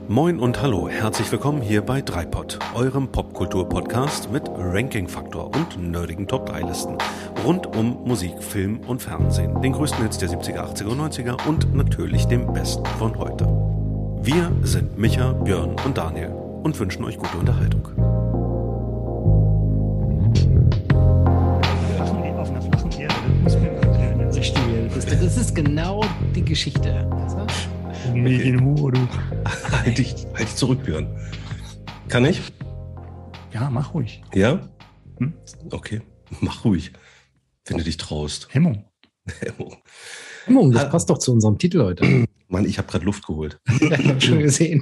Moin und hallo, herzlich willkommen hier bei Dreipod, eurem Popkultur-Podcast mit Ranking-Faktor und nerdigen Top-3-Listen rund um Musik, Film und Fernsehen, den größten Hits der 70er, 80er und 90er und natürlich dem Besten von heute. Wir sind Micha, Björn und Daniel und wünschen euch gute Unterhaltung. Auf einer flachen Erde, das muss man erklären. Das ist genau die Geschichte. Okay. Du. Halt dich zurück, Björn. Kann ich? Ja, mach ruhig. Ja? Hm? Okay, mach ruhig, wenn du dich traust. Hemmung. Hemmung, das passt doch zu unserem Titel heute. Mann, ich habe gerade Luft geholt. Ich habe schon gesehen.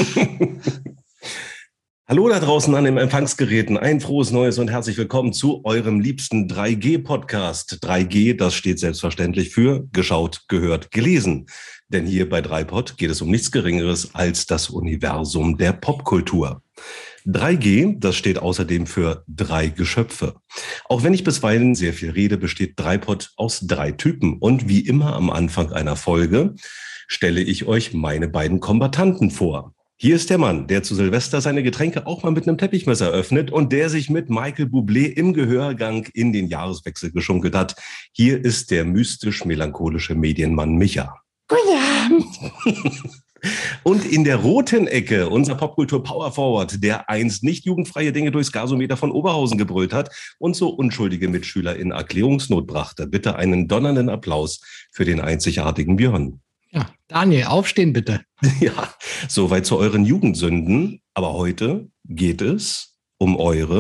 Hallo da draußen an den Empfangsgeräten. Ein frohes Neues und herzlich willkommen zu eurem liebsten 3G-Podcast. 3G, das steht selbstverständlich für geschaut, gehört, gelesen. Denn hier bei Dreipod geht es um nichts Geringeres als das Universum der Popkultur. 3G, das steht außerdem für 3 Geschöpfe. Auch wenn ich bisweilen sehr viel rede, besteht Dreipod aus 3 Typen. Und wie immer am Anfang einer Folge stelle ich euch meine beiden Kombattanten vor. Hier ist der Mann, der zu Silvester seine Getränke auch mal mit einem Teppichmesser öffnet und der sich mit Michael Bublé im Gehörgang in den Jahreswechsel geschunkelt hat. Hier ist der mystisch-melancholische Medienmann Micha. Guten Abend. Und in der roten Ecke unser Popkultur-Power-Forward, der einst nicht jugendfreie Dinge durchs Gasometer von Oberhausen gebrüllt hat und so unschuldige Mitschüler in Erklärungsnot brachte. Bitte einen donnernden Applaus für den einzigartigen Björn. Ja, Daniel, aufstehen bitte. Ja, soweit zu euren Jugendsünden. Aber heute geht es um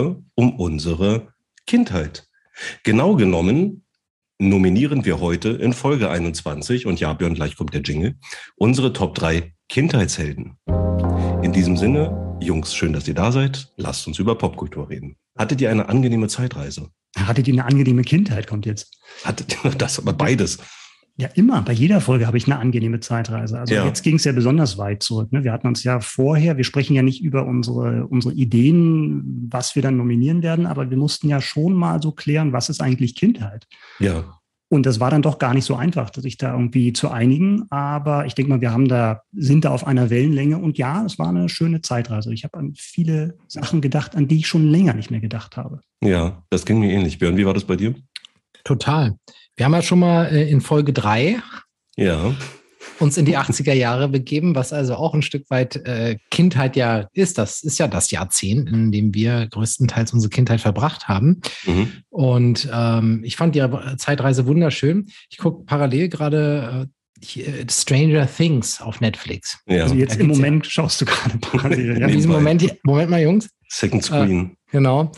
unsere Kindheit. Genau genommen nominieren wir heute in Folge 21, und ja, Björn, gleich kommt der Jingle, unsere Top 3 Kindheitshelden. In diesem Sinne, Jungs, schön, dass ihr da seid. Lasst uns über Popkultur reden. Hattet ihr eine angenehme Zeitreise? Hattet ihr eine angenehme Kindheit, kommt jetzt. Hattet ihr das, aber beides? Ja, immer. Bei jeder Folge habe ich eine angenehme Zeitreise. Also Jetzt ging es ja besonders weit zurück. Ne? Wir hatten uns ja vorher, wir sprechen ja nicht über unsere Ideen, was wir dann nominieren werden, aber wir mussten ja schon mal so klären, was ist eigentlich Kindheit? Ja. Und das war dann doch gar nicht so einfach, sich da irgendwie zu einigen. Aber ich denke mal, sind da auf einer Wellenlänge. Und ja, es war eine schöne Zeitreise. Ich habe an viele Sachen gedacht, an die ich schon länger nicht mehr gedacht habe. Ja, das ging mir ähnlich. Björn, wie war das bei dir? Total. Wir haben ja schon mal in Folge 3 uns in die 80er Jahre begeben, was also auch ein Stück weit Kindheit ja ist. Das ist ja das Jahrzehnt, in dem wir größtenteils unsere Kindheit verbracht haben. Mhm. Und ich fand die Zeitreise wunderschön. Ich gucke parallel gerade Stranger Things auf Netflix. Ja. Also jetzt im Moment schaust du gerade parallel. Ja, in diesem Moment mal, Jungs. Second Screen. Genau.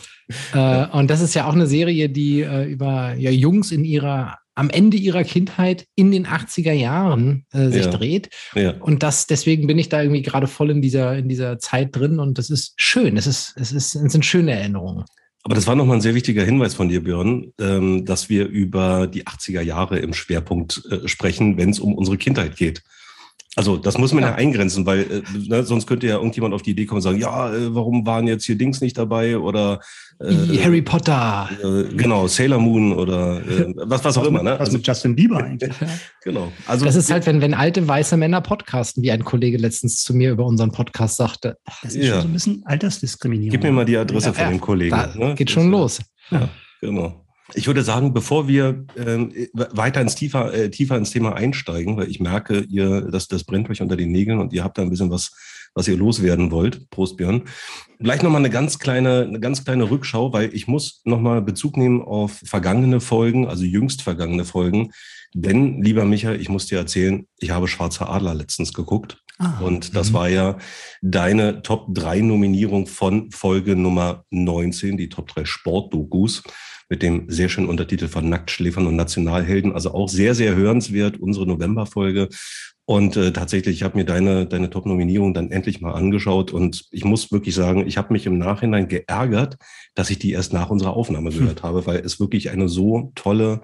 Und das ist ja auch eine Serie, die über Jungs am Ende ihrer Kindheit in den 80er Jahren sich dreht. Ja. Und deswegen bin ich da irgendwie gerade voll in dieser Zeit drin und das ist schön. Es sind schöne Erinnerungen. Aber das war nochmal ein sehr wichtiger Hinweis von dir, Björn, dass wir über die 80er Jahre im Schwerpunkt sprechen, wenn es um unsere Kindheit geht. Also das muss man ja eingrenzen, weil sonst könnte ja irgendjemand auf die Idee kommen und sagen, ja, warum waren jetzt hier Dings nicht dabei oder Harry Potter. Genau, Sailor Moon oder was auch immer. Ne? Was mit Justin Bieber eigentlich. Genau. Also das ist halt, wenn alte weiße Männer podcasten, wie ein Kollege letztens zu mir über unseren Podcast sagte. Das ist schon so ein bisschen Altersdiskriminierung. Gib mir mal die Adresse von dem Kollegen. Da geht schon los. Ja, genau. Ich würde sagen, bevor wir weiter tiefer ins Thema einsteigen, weil ich merke, das brennt euch unter den Nägeln und ihr habt da ein bisschen was ihr loswerden wollt. Prost, Björn. Gleich nochmal eine ganz kleine Rückschau, weil ich muss nochmal Bezug nehmen auf vergangene Folgen, also jüngst vergangene Folgen. Denn, lieber Micha, ich muss dir erzählen, ich habe Schwarzer Adler letztens geguckt. Und das war ja deine Top-3-Nominierung von Folge Nummer 19, die Top-3 Sportdokus mit dem sehr schönen Untertitel von Nacktschläfern und Nationalhelden. Also auch sehr, sehr hörenswert, unsere Novemberfolge. Und tatsächlich, ich habe mir deine Top-Nominierung dann endlich mal angeschaut. Und ich muss wirklich sagen, ich habe mich im Nachhinein geärgert, dass ich die erst nach unserer Aufnahme gehört habe, weil es wirklich eine so tolle,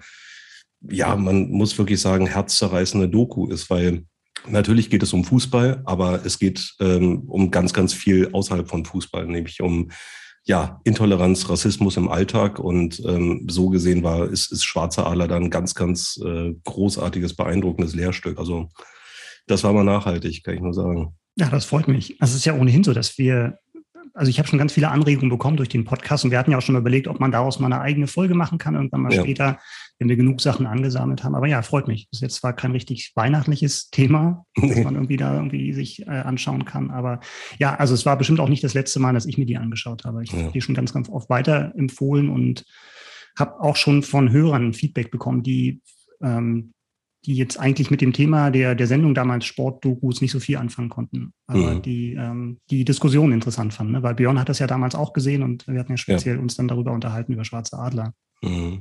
ja, man muss wirklich sagen, herzzerreißende Doku ist, weil natürlich geht es um Fußball, aber es geht um ganz, ganz viel außerhalb von Fußball, nämlich um Intoleranz, Rassismus im Alltag und so gesehen ist Schwarzer Adler dann ein ganz, ganz großartiges, beeindruckendes Lehrstück. Also das war mal nachhaltig, kann ich nur sagen. Ja, das freut mich. Also es ist ja ohnehin so, dass also ich habe schon ganz viele Anregungen bekommen durch den Podcast und wir hatten ja auch schon überlegt, ob man daraus mal eine eigene Folge machen kann, irgendwann mal später, wenn wir genug Sachen angesammelt haben. Aber ja, freut mich. Das ist jetzt zwar kein richtig weihnachtliches Thema, das man irgendwie sich anschauen kann. Aber ja, also es war bestimmt auch nicht das letzte Mal, dass ich mir die angeschaut habe. Ich habe die schon ganz, ganz oft weiterempfohlen und habe auch schon von Hörern Feedback bekommen, die jetzt eigentlich mit dem Thema der Sendung damals Sportdokus nicht so viel anfangen konnten. Aber die Diskussion interessant fanden, ne? Weil Björn hat das ja damals auch gesehen und wir hatten ja speziell uns dann darüber unterhalten, über Schwarze Adler. Mhm.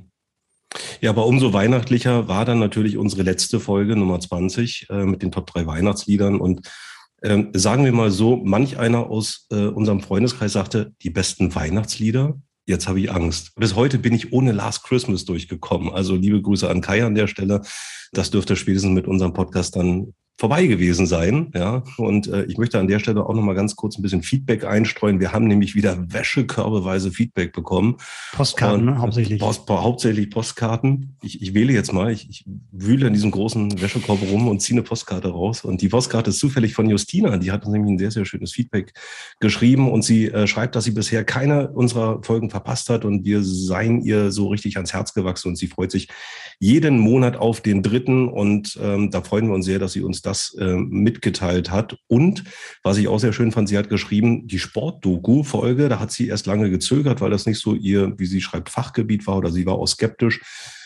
Ja, aber umso weihnachtlicher war dann natürlich unsere letzte Folge, Nummer 20, mit den Top 3 Weihnachtsliedern. Und sagen wir mal so, manch einer aus unserem Freundeskreis sagte, die besten Weihnachtslieder. Jetzt habe ich Angst. Bis heute bin ich ohne Last Christmas durchgekommen. Also liebe Grüße an Kai an der Stelle. Das dürfte spätestens mit unserem Podcast dann vorbei gewesen sein. Ja, und ich möchte an der Stelle auch noch mal ganz kurz ein bisschen Feedback einstreuen. Wir haben nämlich wieder wäschekörbeweise Feedback bekommen. Postkarten, ne? Hauptsächlich. Hauptsächlich Postkarten. Ich wähle jetzt mal. Ich wühle in diesem großen Wäschekorb rum und ziehe eine Postkarte raus. Und die Postkarte ist zufällig von Justina. Die hat uns nämlich ein sehr, sehr schönes Feedback geschrieben. Und sie schreibt, dass sie bisher keine unserer Folgen verpasst hat. Und wir seien ihr so richtig ans Herz gewachsen. Und sie freut sich jeden Monat auf den 3. Und da freuen wir uns sehr, dass sie uns das mitgeteilt hat. Und was ich auch sehr schön fand, sie hat geschrieben, die Sportdoku-Folge, da hat sie erst lange gezögert, weil das nicht so ihr, wie sie schreibt, Fachgebiet war oder sie war auch skeptisch.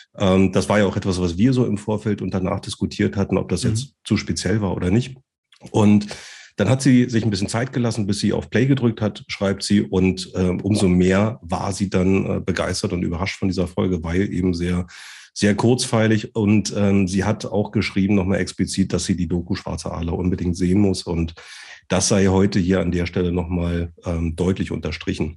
Das war ja auch etwas, was wir so im Vorfeld und danach diskutiert hatten, ob das jetzt zu speziell war oder nicht. Und dann hat sie sich ein bisschen Zeit gelassen, bis sie auf Play gedrückt hat, schreibt sie. Und umso mehr war sie dann begeistert und überrascht von dieser Folge, weil eben sehr kurzweilig, und sie hat auch geschrieben, nochmal explizit, dass sie die Doku Schwarze Adler unbedingt sehen muss, und das sei heute hier an der Stelle nochmal deutlich unterstrichen.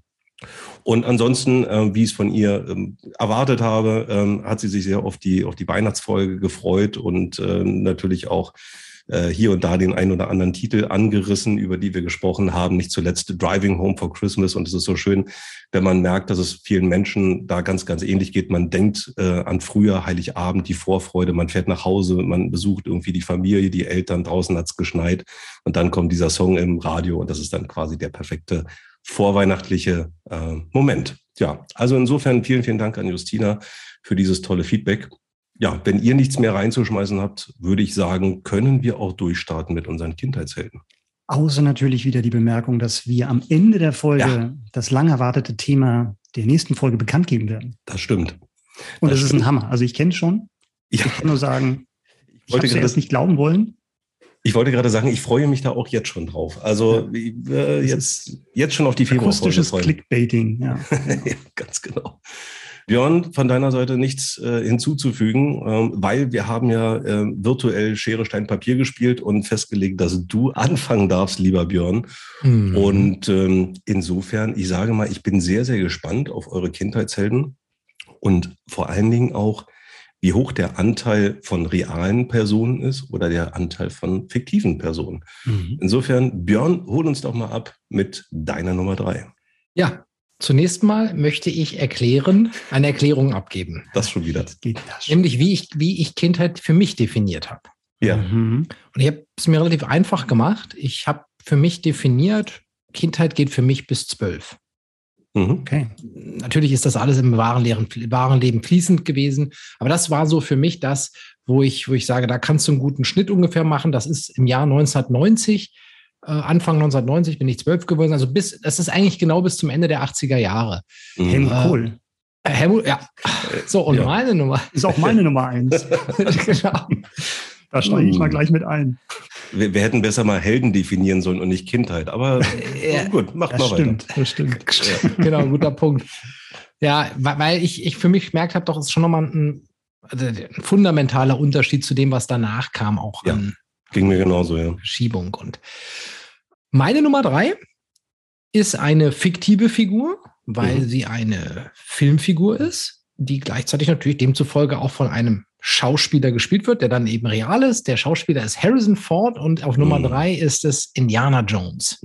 Und ansonsten, wie ich es von ihr erwartet habe, hat sie sich sehr auf die Weihnachtsfolge gefreut und natürlich auch hier und da den einen oder anderen Titel angerissen, über die wir gesprochen haben, nicht zuletzt Driving Home for Christmas. Und es ist so schön, wenn man merkt, dass es vielen Menschen da ganz, ganz ähnlich geht. Man denkt an früher, Heiligabend, die Vorfreude, man fährt nach Hause, man besucht irgendwie die Familie, die Eltern, draußen hat's geschneit und dann kommt dieser Song im Radio und das ist dann quasi der perfekte vorweihnachtliche Moment. Ja, also insofern vielen, vielen Dank an Justina für dieses tolle Feedback. Ja, wenn ihr nichts mehr reinzuschmeißen habt, würde ich sagen, können wir auch durchstarten mit unseren Kindheitshelden. Außer natürlich wieder die Bemerkung, dass wir am Ende der Folge das lang erwartete Thema der nächsten Folge bekannt geben werden. Das stimmt. Und das ist ein Hammer. Also ich kenne es schon. Ja. Ich kann nur sagen, ich habe es erst nicht glauben wollen. Ich wollte gerade sagen, ich freue mich da auch jetzt schon drauf. Also jetzt schon auf die Februarfolge. Akustisches Clickbaiting, ja. Ja, ganz genau. Björn, von deiner Seite nichts hinzuzufügen, weil wir haben ja virtuell Schere, Stein, Papier gespielt und festgelegt, dass du anfangen darfst, lieber Björn. Mhm. Und insofern, ich sage mal, ich bin sehr, sehr gespannt auf eure Kindheitshelden und vor allen Dingen auch, wie hoch der Anteil von realen Personen ist oder der Anteil von fiktiven Personen. Mhm. Insofern, Björn, hol uns doch mal ab mit deiner Nummer 3. Ja. Zunächst mal möchte ich eine Erklärung abgeben. Das schon wieder. Nämlich, wie ich Kindheit für mich definiert habe. Ja. Und ich habe es mir relativ einfach gemacht. Ich habe für mich definiert, Kindheit geht für mich bis 12. Okay. Natürlich ist das alles im wahren Leben fließend gewesen. Aber das war so für mich das, wo ich sage, da kannst du einen guten Schnitt ungefähr machen. Das ist im Jahr 1990. Anfang 1990 bin ich 12 geworden, also das ist eigentlich genau bis zum Ende der 80er Jahre. Helmut Kohl. Helmut, ja. So, und meine Nummer. Ist auch meine Nummer 1. Genau. Da steige ich mal gleich mit ein. Wir hätten besser mal Helden definieren sollen und nicht Kindheit, aber gut, macht mal weiter. Das stimmt. Ja. Genau, guter Punkt. Ja, weil ich für mich gemerkt habe, doch, es ist schon nochmal ein fundamentaler Unterschied zu dem, was danach kam, auch an ging mir genauso, ja. Verschiebung. Und meine Nummer 3 ist eine fiktive Figur, weil sie eine Filmfigur ist, die gleichzeitig natürlich demzufolge auch von einem Schauspieler gespielt wird, der dann eben real ist. Der Schauspieler ist Harrison Ford und auf Nummer 3 ist es Indiana Jones.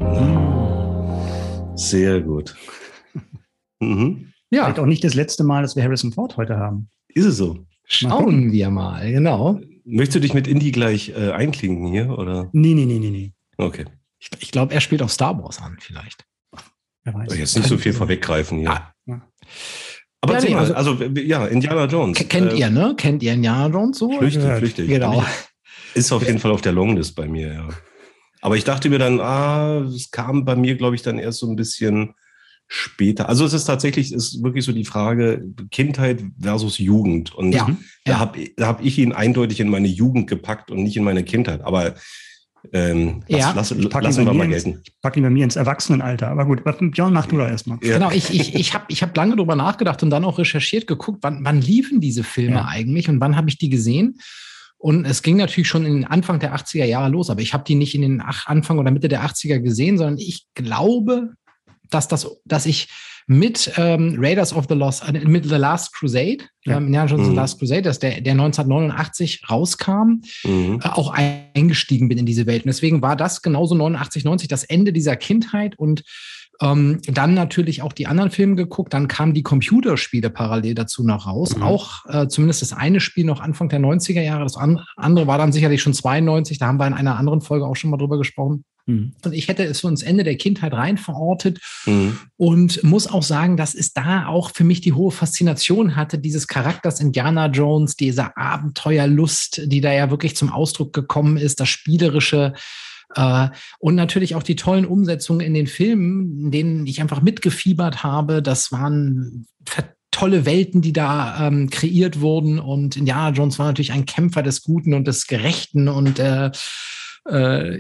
Sehr gut. Ja. Vielleicht auch nicht das letzte Mal, dass wir Harrison Ford heute haben. Ist es so? Schauen wir mal, genau. Möchtest du dich mit Indy gleich einklinken hier, oder? Nee. Okay. Ich glaube, er spielt auch Star Wars an, vielleicht. Wer weiß. Jetzt nicht so viel vorweggreifen hier. Ja. Aber Indiana Jones. Kennt ihr, ne? Kennt ihr Indiana Jones so? Flüchtig. Genau. Ist auf jeden Fall auf der Longlist bei mir, ja. Aber ich dachte mir dann, es kam bei mir, glaube ich, dann erst so ein bisschen später. Also es ist wirklich so die Frage Kindheit versus Jugend. Und da hab ich ihn eindeutig in meine Jugend gepackt und nicht in meine Kindheit. Aber lassen wir mal gelten. Ich packe ihn bei mir ins Erwachsenenalter. Aber gut, Björn, mach du da erstmal. Ja. Genau, ich hab lange drüber nachgedacht und dann auch recherchiert, geguckt, wann liefen diese Filme eigentlich und wann habe ich die gesehen? Und es ging natürlich schon in den Anfang der 80er Jahre los, aber ich habe die nicht in den Anfang oder Mitte der 80er gesehen, sondern ich glaube, dass ich mit Raiders of the Lost, mit The Last Crusade, The Last Crusade, der 1989 rauskam, auch eingestiegen bin in diese Welt. Und deswegen war das genauso 89, 90 das Ende dieser Kindheit und dann natürlich auch die anderen Filme geguckt. Dann kamen die Computerspiele parallel dazu noch raus. Auch zumindest das eine Spiel noch Anfang der 90er Jahre. Das andere war dann sicherlich schon 92. Da haben wir in einer anderen Folge auch schon mal drüber gesprochen. Und ich hätte es so ins Ende der Kindheit rein verortet und muss auch sagen, dass es da auch für mich die hohe Faszination hatte, dieses Charakters Indiana Jones, diese Abenteuerlust, die da ja wirklich zum Ausdruck gekommen ist, das Spielerische, und natürlich auch die tollen Umsetzungen in den Filmen, in denen ich einfach mitgefiebert habe. Das waren tolle Welten, die da kreiert wurden. Und Indiana Jones war natürlich ein Kämpfer des Guten und des Gerechten. Und das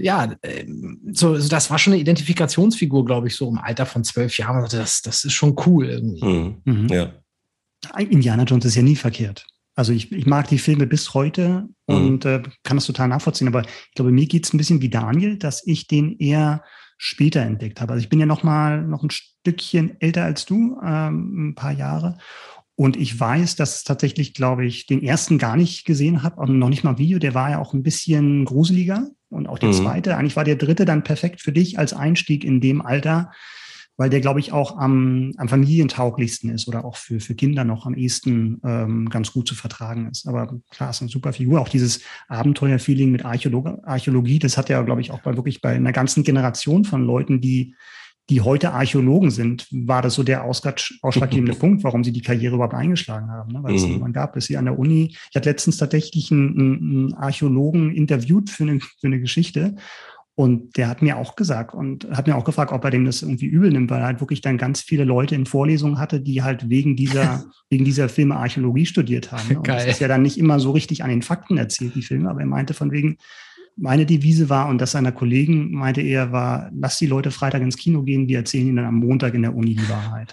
war schon eine Identifikationsfigur, glaube ich, so im Alter von 12 Jahren. Das ist schon cool irgendwie. Ja. Indiana Jones ist ja nie verkehrt. Also ich mag die Filme bis heute und kann das total nachvollziehen. Aber ich glaube, mir geht es ein bisschen wie Daniel, dass ich den eher später entdeckt habe. Also ich bin ja noch ein Stückchen älter als du, ein paar Jahre. Und ich weiß, dass tatsächlich, glaube ich, den ersten gar nicht gesehen habe, und noch nicht mal Video. Der war ja auch ein bisschen gruseliger. Und auch der zweite. Eigentlich war der dritte dann perfekt für dich als Einstieg in dem Alter, weil der, glaube ich, auch am familientauglichsten ist oder auch für Kinder noch am ehesten ganz gut zu vertragen ist. Aber klar, ist eine super Figur. Auch dieses Abenteuerfeeling mit Archäologie, das hat ja, glaube ich, auch wirklich bei einer ganzen Generation von Leuten, die heute Archäologen sind, war das so der ausschlaggebende Punkt, warum sie die Karriere überhaupt eingeschlagen haben. Ne? Weil es jemanden gab, bis sie an der Uni. Ich hatte letztens tatsächlich einen Archäologen interviewt für eine Geschichte. Und der hat mir auch gesagt und hat mir auch gefragt, ob er dem das irgendwie übel nimmt, weil er halt wirklich dann ganz viele Leute in Vorlesungen hatte, die halt wegen dieser Filme Archäologie studiert haben. Und das ist ja dann nicht immer so richtig an den Fakten erzählt, die Filme. Aber er meinte von wegen, meine Devise war, und das seiner Kollegen meinte er, war, lass die Leute Freitag ins Kino gehen, die erzählen ihnen dann am Montag in der Uni die Wahrheit.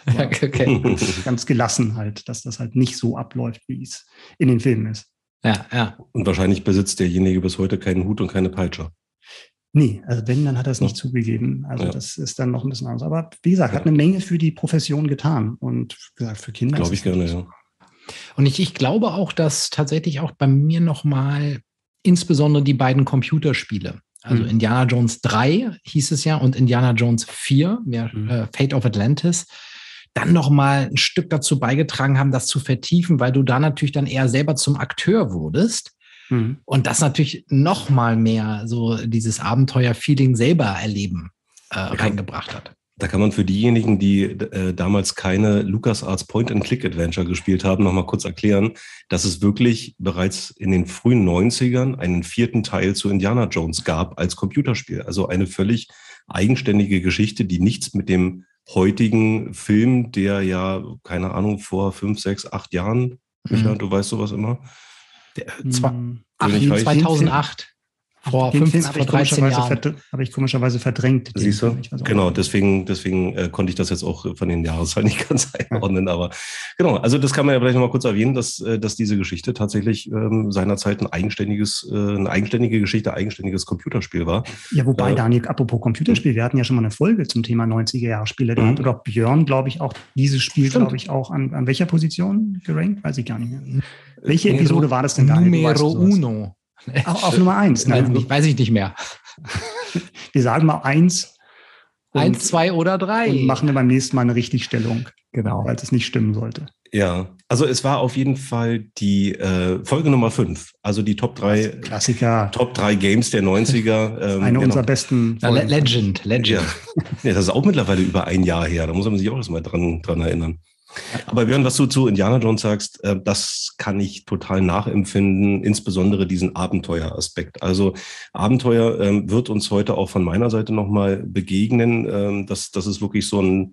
Ganz gelassen halt, dass das halt nicht so abläuft, wie es in den Filmen ist. Ja. Und wahrscheinlich besitzt derjenige bis heute keinen Hut und keine Peitsche. Nee, also wenn, dann hat er es nicht zugegeben. Also das ist dann noch ein bisschen anders. Aber wie gesagt, hat eine Menge für die Profession getan. Und gesagt, für Kinder. Glaube ich gerne, ja. Und ich glaube auch, dass tatsächlich auch bei mir nochmal insbesondere die beiden Computerspiele, also Indiana Jones 3 hieß es ja und Indiana Jones 4, Fate of Atlantis, dann nochmal ein Stück dazu beigetragen haben, das zu vertiefen, weil du da natürlich dann eher selber zum Akteur wurdest. Und das natürlich noch mal mehr so dieses Abenteuer-Feeling selber erleben reingebracht hat. Da kann man für diejenigen, die damals keine LucasArts Point-and-Click-Adventure gespielt haben, noch mal kurz erklären, dass es wirklich bereits in den frühen 90ern einen 4. Teil zu Indiana Jones gab als Computerspiel. Also eine völlig eigenständige Geschichte, die nichts mit dem heutigen Film, der ja, keine Ahnung, vor 5, 6, 8 Jahren, Michael, du weißt sowas immer, 2008, vor 13 Jahren. Habe ich komischerweise verdrängt. Siehst du? Genau, deswegen konnte ich das jetzt auch von den Jahreszahlen nicht ganz einordnen. Aber genau, also das kann man ja vielleicht noch mal kurz erwähnen, dass diese Geschichte tatsächlich seinerzeit eine eigenständige Geschichte, eigenständiges Computerspiel war. Ja, wobei, Daniel, apropos Computerspiel, wir hatten ja schon mal eine Folge zum Thema 90er-Jahre-Spiele. Da hat doch Björn, glaube ich, auch dieses Spiel, glaube ich, auch an welcher Position gerankt? Weiß ich gar nicht mehr. Welche Episode war das denn da? Numero uno. Auf Nummer 1. Weiß ich nicht mehr. Wir sagen mal 1. 1, 2 oder 3. Und machen wir beim nächsten Mal eine Richtigstellung. Genau. Falls es nicht stimmen sollte. Ja, also es war auf jeden Fall die Folge Nummer 5, also die Top 3 Klassiker. Top 3 Games der 90er. Eine unserer besten Folgen. Legend. Ja. Ja, das ist auch mittlerweile über ein Jahr her, da muss man sich auch erstmal dran erinnern. Aber Björn, was du zu Indiana Jones sagst, das kann ich total nachempfinden, insbesondere diesen Abenteueraspekt. Also Abenteuer wird uns heute auch von meiner Seite nochmal begegnen. Das ist wirklich so ein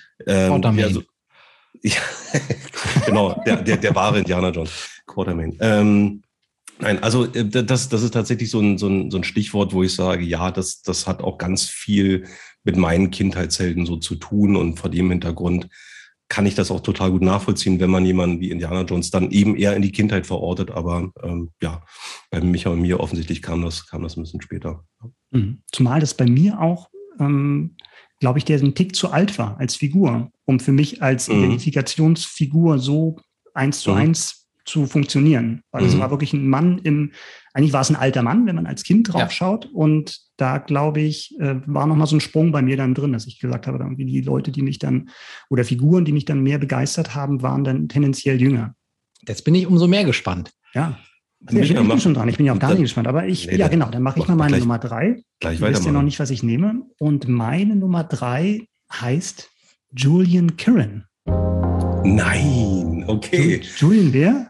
ja, genau, der wahre Indiana Jones, Quartermain. Nein, also das ist tatsächlich so ein Stichwort, wo ich sage, ja, das hat auch ganz viel mit meinen Kindheitshelden so zu tun und vor dem Hintergrund kann ich das auch total gut nachvollziehen, wenn man jemanden wie Indiana Jones dann eben eher in die Kindheit verortet. Aber ja, bei Micha und mir offensichtlich kam das ein bisschen später. Zumal das bei mir auch, glaube ich, der ein Tick zu alt war als Figur, um für mich als Identifikationsfigur so 1:1 zu funktionieren. Weil es war wirklich ein Mann eigentlich war es ein alter Mann, wenn man als Kind drauf schaut. Und da, glaube ich, war nochmal so ein Sprung bei mir dann drin, dass ich gesagt habe, irgendwie die Leute, die mich dann, oder Figuren, die mich dann mehr begeistert haben, waren dann tendenziell jünger. Jetzt bin ich umso mehr gespannt. Ja. Also ich bin schon dran. Ich bin ja auch gar nicht gespannt. Aber dann mache ich mal meine Nummer 3. Gleich weiter. Ich weiß ja noch nicht, was ich nehme. Und meine Nummer 3 heißt Julian Curran. Nein, okay. Julian wer?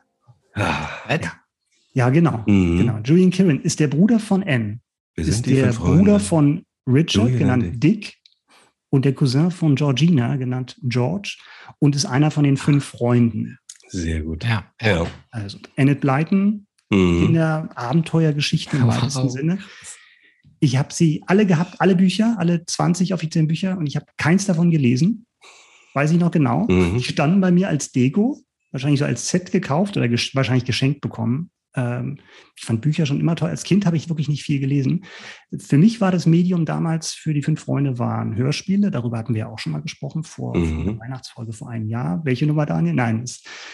Ja, genau. Genau. Julian Curran ist der Bruder von Anne. Ist der Bruder von Richard, Julian genannt Dick. Und der Cousin von Georgina, genannt George. Und ist einer von den 5 Freunden. Sehr gut. Ja. Also Enid Blyton, in der Abenteuergeschichten im weitesten Sinne. Ich habe sie alle gehabt, alle Bücher, alle 20 offiziellen Bücher. Und ich habe keins davon gelesen. Weiß ich noch genau. Die standen bei mir als Deko. Wahrscheinlich so als Set gekauft oder wahrscheinlich geschenkt bekommen. Ich fand Bücher schon immer toll. Als Kind habe ich wirklich nicht viel gelesen. Für mich war das Medium damals für die 5 Freunde waren Hörspiele. Darüber hatten wir auch schon mal gesprochen vor der Weihnachtsfolge vor einem Jahr. Welche Nummer, Daniel? Nein.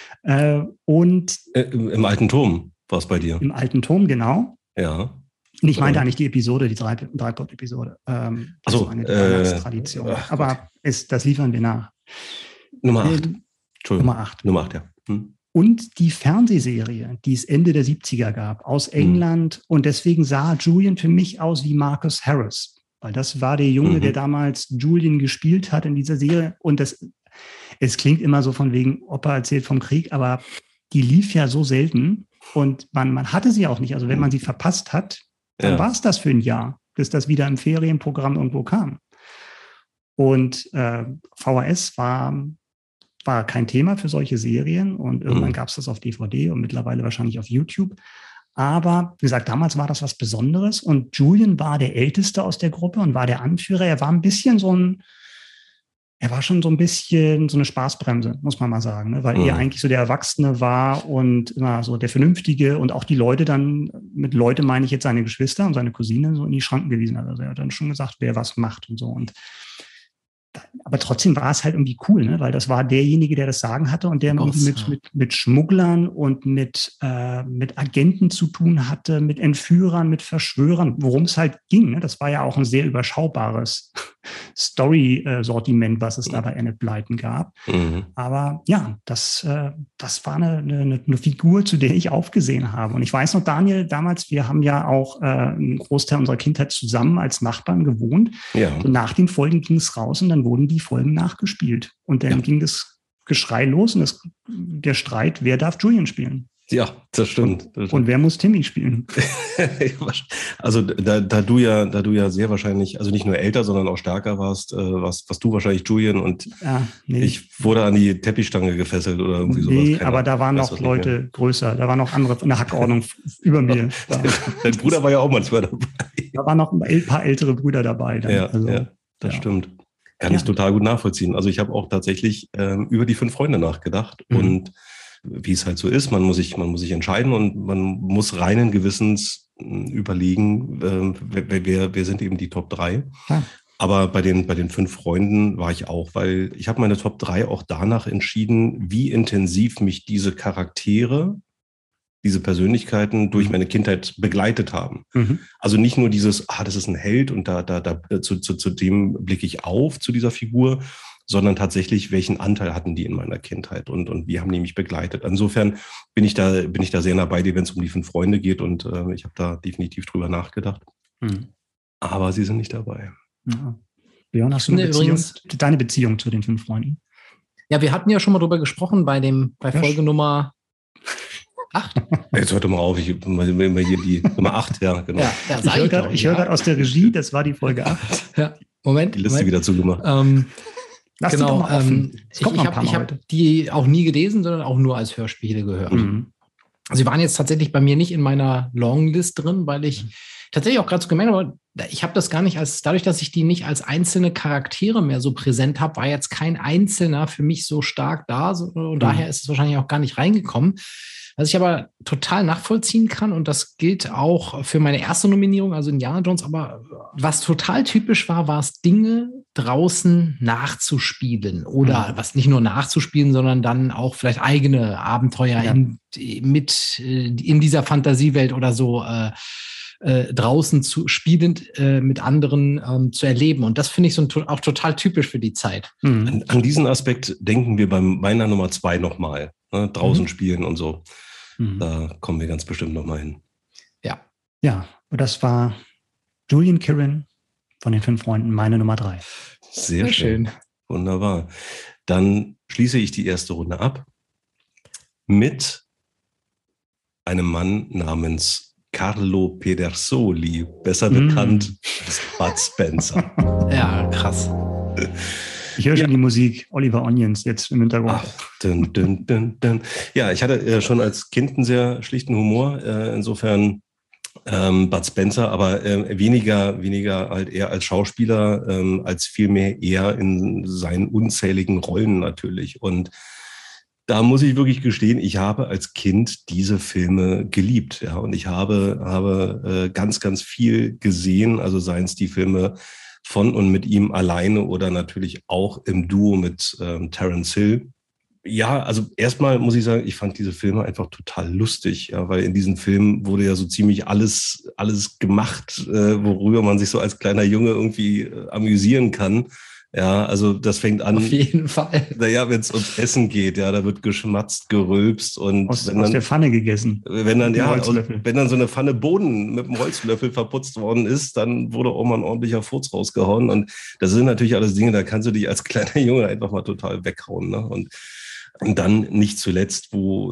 Im Alten Turm war es bei dir. Im Alten Turm, genau. Ja. Und ich meinte eigentlich die Episode, die Dreipod-Episode. Also eine Weihnachtstradition. Aber das liefern wir nach. Nummer 8. Nummer 8, ja. Und die Fernsehserie, die es Ende der 70er gab, aus England. Und deswegen sah Julian für mich aus wie Marcus Harris. Weil das war der Junge, der damals Julian gespielt hat in dieser Serie. Und es klingt immer so von wegen, Opa erzählt vom Krieg, aber die lief ja so selten. Und man hatte sie auch nicht. Also wenn man sie verpasst hat, dann war es das für ein Jahr, bis das wieder im Ferienprogramm irgendwo kam. Und VHS war kein Thema für solche Serien und irgendwann gab es das auf DVD und mittlerweile wahrscheinlich auf YouTube. Aber wie gesagt, damals war das was Besonderes und Julian war der Älteste aus der Gruppe und war der Anführer. Er war schon so ein bisschen so eine Spaßbremse, muss man mal sagen, ne? Weil er eigentlich so der Erwachsene war und immer so der Vernünftige und auch die Leute dann, mit Leute meine ich jetzt seine Geschwister und seine Cousine, so in die Schranken gewiesen hat. Also er hat dann schon gesagt, wer was macht und so. Aber trotzdem war es halt irgendwie cool, ne? Weil das war derjenige, der das Sagen hatte und der irgendwie mit Schmugglern und mit Agenten zu tun hatte, mit Entführern, mit Verschwörern, worum es halt ging. Ne? Das war ja auch ein sehr überschaubares Story-Sortiment, was es da bei Enid Blyton gab. Aber ja, das war eine Figur, zu der ich aufgesehen habe. Und ich weiß noch, Daniel, damals, wir haben ja auch einen Großteil unserer Kindheit zusammen als Nachbarn gewohnt. Ja. Und nach den Folgen ging es raus und dann wurden die Folgen nachgespielt. Und dann ging das Geschrei los und der Streit, wer darf Julian spielen? Ja, das stimmt. Und wer muss Timmy spielen? Also da du ja sehr wahrscheinlich, also nicht nur älter, sondern auch stärker warst, warst du wahrscheinlich Julian und ich wurde an die Teppichstange gefesselt oder irgendwie sowas. Nee, aber da waren noch Leute größer, da waren noch andere in der Hackordnung über mir. Dein Bruder war ja auch manchmal dabei. Da waren noch ein paar ältere Brüder dabei. Dann. Das stimmt. Kann ich total gut nachvollziehen. Also ich habe auch tatsächlich über die 5 Freunde nachgedacht und wie es halt so ist, man muss sich entscheiden und man muss reinen Gewissens überlegen, wer sind eben die Top 3. Ja. Aber bei den 5 Freunden war ich auch, weil ich habe meine Top 3 auch danach entschieden, wie intensiv mich diese Charaktere, diese Persönlichkeiten durch meine Kindheit begleitet haben. Also nicht nur dieses, das ist ein Held und zu dem blicke ich auf, zu dieser Figur, sondern tatsächlich, welchen Anteil hatten die in meiner Kindheit und wie haben die mich begleitet. Insofern bin ich da sehr nah bei dir, wenn es um die 5 Freunde geht und ich habe da definitiv drüber nachgedacht. Aber sie sind nicht dabei. Ja. Björn, hast du deine Beziehung zu den 5 Freunden? Ja, wir hatten ja schon mal drüber gesprochen bei Folge Nummer 8. Jetzt hört doch mal auf, ich immer hier die Nummer 8, ja, genau. Ja, ich höre gerade aus der Regie, das war die Folge 8. Ja, Moment. Die Liste wieder zugemacht. Lass die doch mal offen. Ich habe die auch nie gelesen, sondern auch nur als Hörspiele gehört. Sie waren jetzt tatsächlich bei mir nicht in meiner Longlist drin, weil ich tatsächlich auch gerade so gemerkt habe, ich habe das gar nicht dadurch, dass ich die nicht als einzelne Charaktere mehr so präsent habe, war jetzt kein Einzelner für mich so stark da und daher ist es wahrscheinlich auch gar nicht reingekommen. Was ich aber total nachvollziehen kann, und das gilt auch für meine erste Nominierung, also Indiana Jones, aber was total typisch war es, Dinge draußen nachzuspielen oder was nicht nur nachzuspielen, sondern dann auch vielleicht eigene Abenteuer in dieser Fantasiewelt oder so draußen spielend mit anderen zu erleben. Und das finde ich auch total typisch für die Zeit. An diesen Aspekt denken wir bei meiner Nummer 2 nochmal. Ne? Draußen spielen und so. Da kommen wir ganz bestimmt nochmal hin. Ja. Ja, und das war Julian Kirin von den 5 Freunden, meine Nummer 3. Sehr schön. Wunderbar. Dann schließe ich die erste Runde ab mit einem Mann namens Carlo Pedersoli, besser bekannt als Bud Spencer. Ja, krass. Ich höre schon die Musik, Oliver Onions jetzt im Hintergrund. Dun, dun, dun, dun. Ja, ich hatte schon als Kind einen sehr schlichten Humor, insofern Bud Spencer, aber weniger halt eher als Schauspieler, als vielmehr eher in seinen unzähligen Rollen natürlich. Und da muss ich wirklich gestehen, ich habe als Kind diese Filme geliebt, ja, und ich habe ganz, ganz viel gesehen, also seien es die Filme von und mit ihm alleine oder natürlich auch im Duo mit Terence Hill. Ja, also erstmal muss ich sagen, ich fand diese Filme einfach total lustig, ja, weil in diesen Filmen wurde ja so ziemlich alles gemacht, worüber man sich so als kleiner Junge irgendwie amüsieren kann. Ja, also das fängt an. Auf jeden Fall. Naja, wenn es ums Essen geht, ja, da wird geschmatzt, gerülpst und aus der Pfanne gegessen. Wenn dann so eine Pfanne Boden mit einem Holzlöffel verputzt worden ist, dann wurde auch mal ein ordentlicher Furz rausgehauen. Und das sind natürlich alles Dinge, da kannst du dich als kleiner Junge einfach mal total weghauen. Ne? Und dann nicht zuletzt,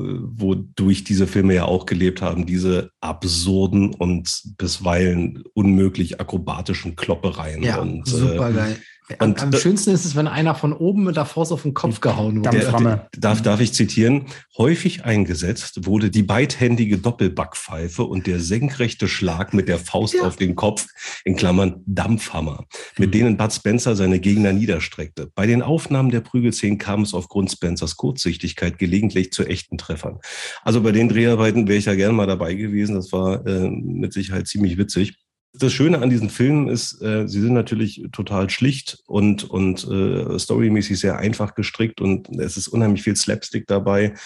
wodurch diese Filme ja auch gelebt haben, diese absurden und bisweilen unmöglich akrobatischen Kloppereien. Ja, und super geil. Am schönsten ist es, wenn einer von oben mit der Faust auf den Kopf gehauen wurde. Darf ich zitieren? Häufig eingesetzt wurde die beidhändige Doppelbackpfeife und der senkrechte Schlag mit der Faust auf den Kopf, in Klammern Dampfhammer, mit denen Bud Spencer seine Gegner niederstreckte. Bei den Aufnahmen der Prügelszenen kam es aufgrund Spencers Kurzsichtigkeit gelegentlich zu echten Treffern. Also bei den Dreharbeiten wäre ich ja gerne mal dabei gewesen. Das war mit Sicherheit ziemlich witzig. Das Schöne an diesen Filmen ist, sie sind natürlich total schlicht und storymäßig sehr einfach gestrickt und es ist unheimlich viel Slapstick dabei.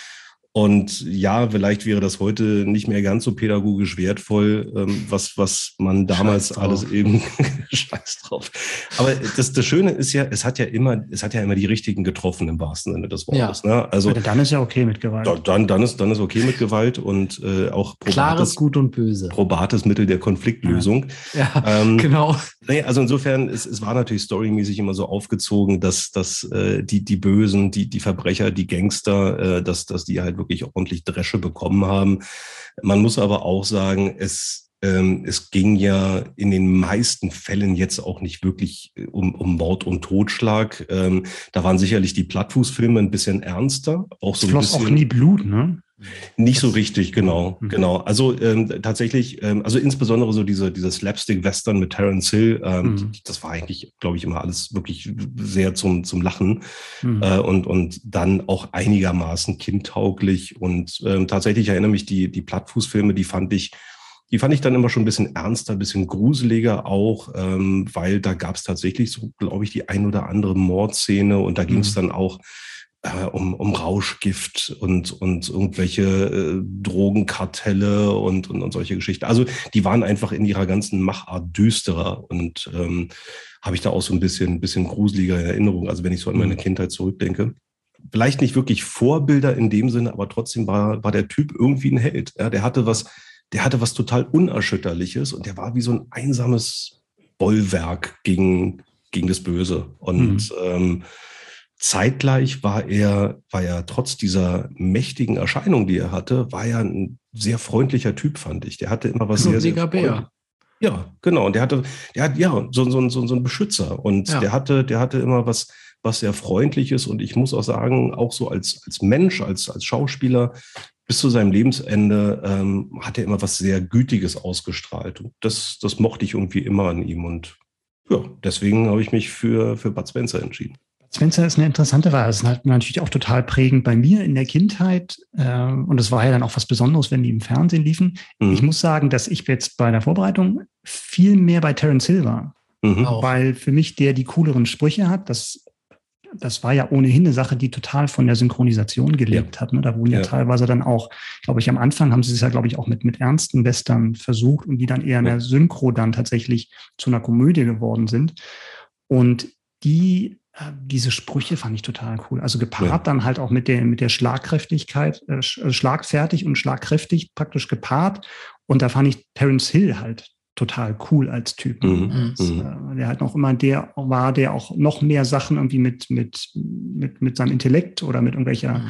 Und ja, vielleicht wäre das heute nicht mehr ganz so pädagogisch wertvoll, was man damals alles eben scheiß drauf. Aber das Schöne ist ja, es hat ja immer die richtigen getroffen im wahrsten Sinne des Wortes. Ja. Ne? Also dann ist ja okay mit Gewalt. Dann ist okay mit Gewalt und auch klares Gut und Böse. Probates Mittel der Konfliktlösung. Ja, genau. Nee, also insofern, es war natürlich storymäßig immer so aufgezogen, dass die Bösen, die Verbrecher, die Gangster, dass die halt wirklich ordentlich Dresche bekommen haben. Man muss aber auch sagen, es ging ja in den meisten Fällen jetzt auch nicht wirklich um Mord und Totschlag. Da waren sicherlich die Plattfußfilme ein bisschen ernster. Auch so floss auch nie Blut, ne? Nicht so richtig, genau. Also tatsächlich, also insbesondere so diese Slapstick-Western mit Terence Hill, das war eigentlich, glaube ich, immer alles wirklich sehr zum Lachen und dann auch einigermaßen kindtauglich und tatsächlich erinnere mich die Plattfußfilme, die fand ich dann immer schon ein bisschen ernster, ein bisschen gruseliger auch, weil da gab es tatsächlich so, glaube ich, die ein oder andere Mordszene und da ging es dann auch um Rauschgift und irgendwelche Drogenkartelle und solche Geschichten. Also die waren einfach in ihrer ganzen Machart düsterer und habe ich da auch so ein bisschen gruseliger in Erinnerung. Also wenn ich so an meine Kindheit zurückdenke. Vielleicht nicht wirklich Vorbilder in dem Sinne, aber trotzdem war der Typ irgendwie ein Held. Ja, der hatte was total Unerschütterliches und der war wie so ein einsames Bollwerk gegen das Böse. Und zeitgleich war er trotz dieser mächtigen Erscheinung, die er hatte, war er ein sehr freundlich Typ, fand ich. Der hatte immer was sehr Bär. Ja, genau. Und der hat so einen Beschützer. Und der hatte immer was sehr Freundliches. Und ich muss auch sagen, auch so als Mensch, als Schauspieler, bis zu seinem Lebensende hat er immer was sehr Gütiges ausgestrahlt. Und das mochte ich irgendwie immer an ihm. Und ja, deswegen habe ich mich für Bud Spencer entschieden. Spencer ist eine interessante Wahl. Das ist halt natürlich auch total prägend bei mir in der Kindheit. Und es war ja dann auch was Besonderes, wenn die im Fernsehen liefen. Ich muss sagen, dass ich jetzt bei der Vorbereitung viel mehr bei Terence Hill war. Weil für mich der die cooleren Sprüche hat. Das war ja ohnehin eine Sache, die total von der Synchronisation gelebt hat. Ne? Da wurden ja teilweise dann auch, glaube ich, am Anfang haben sie es ja, glaube ich, auch mit ernsten Western versucht und die dann eher in der Synchro dann tatsächlich zu einer Komödie geworden sind. Und diese Sprüche fand ich total cool. Also gepaart dann halt auch mit der Schlagkräftigkeit, schlagfertig und schlagkräftig praktisch gepaart. Und da fand ich Terence Hill halt total cool als Typ. Der halt noch immer der auch noch mehr Sachen irgendwie mit seinem Intellekt oder mit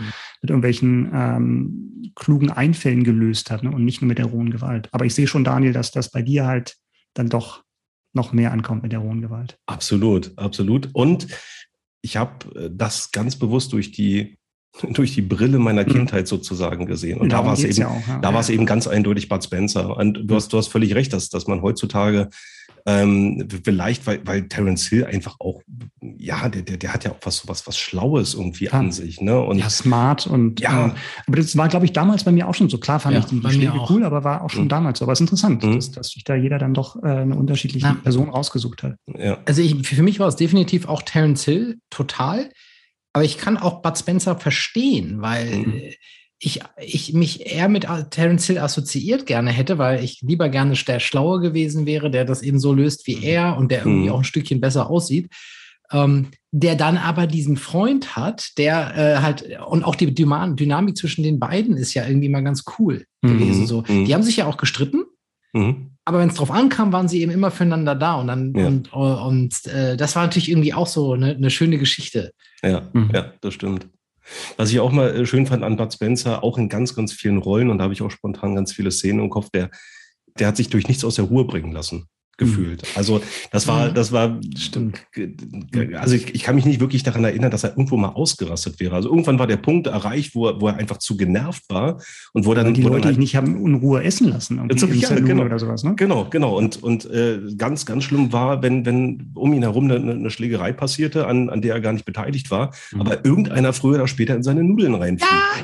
irgendwelchen klugen Einfällen gelöst hat, ne? Und nicht nur mit der rohen Gewalt. Aber ich sehe schon, Daniel, dass das bei dir halt dann doch noch mehr ankommt mit der rohen Gewalt. Absolut, absolut. Und ich habe das ganz bewusst durch die Brille meiner Kindheit sozusagen gesehen. Und da war es eben ganz eindeutig Bud Spencer. Und du hast völlig recht, dass man heutzutage vielleicht, weil Terence Hill einfach auch, der hat ja auch was Schlaues irgendwie an sich. Ne? Und smart und aber das war, glaube ich, damals bei mir auch schon so. Klar fand ich die Schläge cool, aber war auch schon damals so. Aber es ist interessant, dass sich da jeder dann doch eine unterschiedliche Person rausgesucht hat. Ja. Also für mich war es definitiv auch Terence Hill, total. Aber ich kann auch Bud Spencer verstehen, weil ich mich eher mit Terence Hill assoziiert gerne hätte, weil ich lieber gerne der Schlaue gewesen wäre, der das eben so löst wie er und der irgendwie auch ein Stückchen besser aussieht. Der dann aber diesen Freund hat, der halt, und auch die Dynamik zwischen den beiden ist ja irgendwie mal ganz cool gewesen. So. Die haben sich ja auch gestritten. Aber wenn es drauf ankam, waren sie eben immer füreinander da. Und dann das war natürlich irgendwie auch so eine schöne Geschichte. Ja, das stimmt. Was ich auch mal schön fand an Bud Spencer, auch in ganz, ganz vielen Rollen, und da habe ich auch spontan ganz viele Szenen im Kopf, der hat sich durch nichts aus der Ruhe bringen lassen. Gefühlt. Also das war stimmt. Also ich kann mich nicht wirklich daran erinnern, dass er irgendwo mal ausgerastet wäre. Also irgendwann war der Punkt erreicht, wo er einfach zu genervt war und wo dann die Leute nicht haben in Ruhe essen lassen genau, oder sowas, ne? Genau. Und ganz, ganz schlimm war, wenn um ihn herum eine Schlägerei passierte, an der er gar nicht beteiligt war, aber irgendeiner früher oder später in seine Nudeln reinfiel.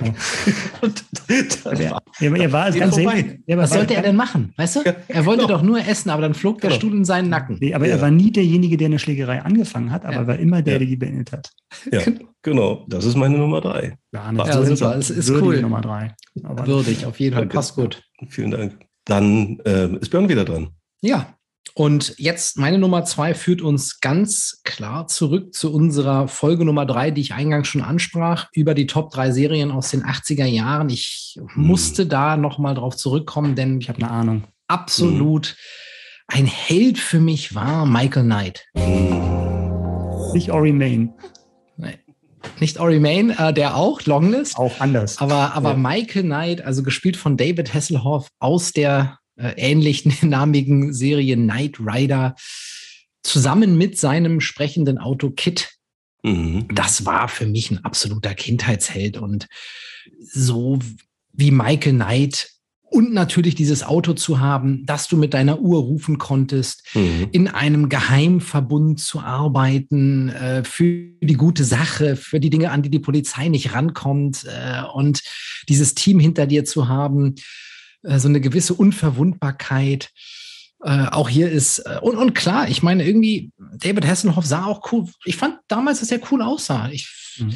Er war es ganz selten. Was sollte er denn machen? Weißt du? Er wollte doch nur essen, aber dann flog der Stuhl in seinen Nacken. Nee, aber er war nie derjenige, der eine Schlägerei angefangen hat, aber war immer der die beendet hat. Ja, genau. Das ist meine Nummer 3. Ja, super. Es ist cool. Nummer 3. Aber würdig, auf jeden Fall. Passt gut. Vielen Dank. Dann ist Björn wieder dran. Ja. Und jetzt meine Nummer 2 führt uns ganz klar zurück zu unserer Folge Nummer 3, die ich eingangs schon ansprach, über die Top 3 Serien aus den 80er Jahren. Ich musste da nochmal drauf zurückkommen, denn ich habe eine Ahnung. Absolut. Ein Held für mich war Michael Knight. Nicht Ori Main. Nein. Nicht Ori Main, der auch, Longlist. Auch anders. Aber Michael Knight, also gespielt von David Hasselhoff aus der ähnlichen namigen Serie Knight Rider, zusammen mit seinem sprechenden Auto Kit. Das war für mich ein absoluter Kindheitsheld. Und so wie Michael Knight und natürlich dieses Auto zu haben, dass du mit deiner Uhr rufen konntest, in einem Geheimverbund zu arbeiten, für die gute Sache, für die Dinge, an die die Polizei nicht rankommt, und dieses Team hinter dir zu haben, so eine gewisse Unverwundbarkeit. Auch hier ist, und klar, ich meine irgendwie, David Hasselhoff sah auch cool, ich fand damals, dass er cool aussah.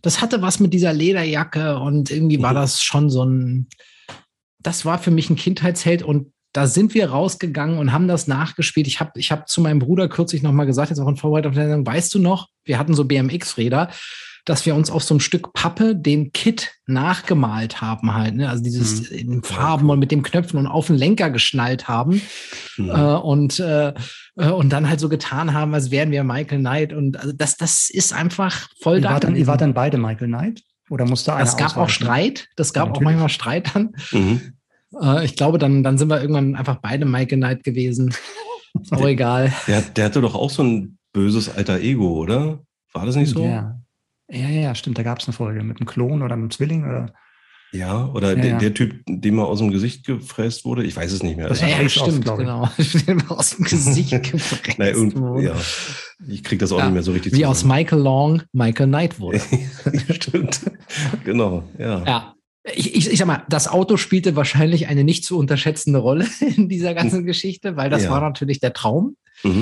das hatte was mit dieser Lederjacke und irgendwie war das schon das war für mich ein Kindheitsheld und da sind wir rausgegangen und haben das nachgespielt. Ich hab zu meinem Bruder kürzlich nochmal gesagt, jetzt auch in Vorbereitung auf der Sendung, weißt du noch, wir hatten so BMX-Räder, dass wir uns auf so ein Stück Pappe den Kit nachgemalt haben halt, ne? Also dieses in Farben und mit den Knöpfen und auf den Lenker geschnallt haben und dann halt so getan haben, als wären wir Michael Knight und also das ist einfach voll da. Ihr wart dann beide Michael Knight? Oder musste einer Das gab ausweichen? auch Streit, das gab auch manchmal Streit dann. Ich glaube, dann sind wir irgendwann einfach beide Michael Knight gewesen. Ist auch egal. Der hatte doch auch so ein böses alter Ego, oder? War das nicht so? Ja, stimmt. Da gab es eine Folge mit einem Klon oder einem Zwilling oder. Ja, oder der Typ, dem er aus dem Gesicht gefräst wurde. Ich weiß es nicht mehr. Das stimmt, genau. Aus dem Gesicht gefräst wurde. Ja, ich krieg das auch nicht mehr so richtig Wie aus Michael Long Michael Knight wurde. Stimmt, genau, Ja. Ich sag mal, das Auto spielte wahrscheinlich eine nicht zu unterschätzende Rolle in dieser ganzen Geschichte, weil das war natürlich der Traum.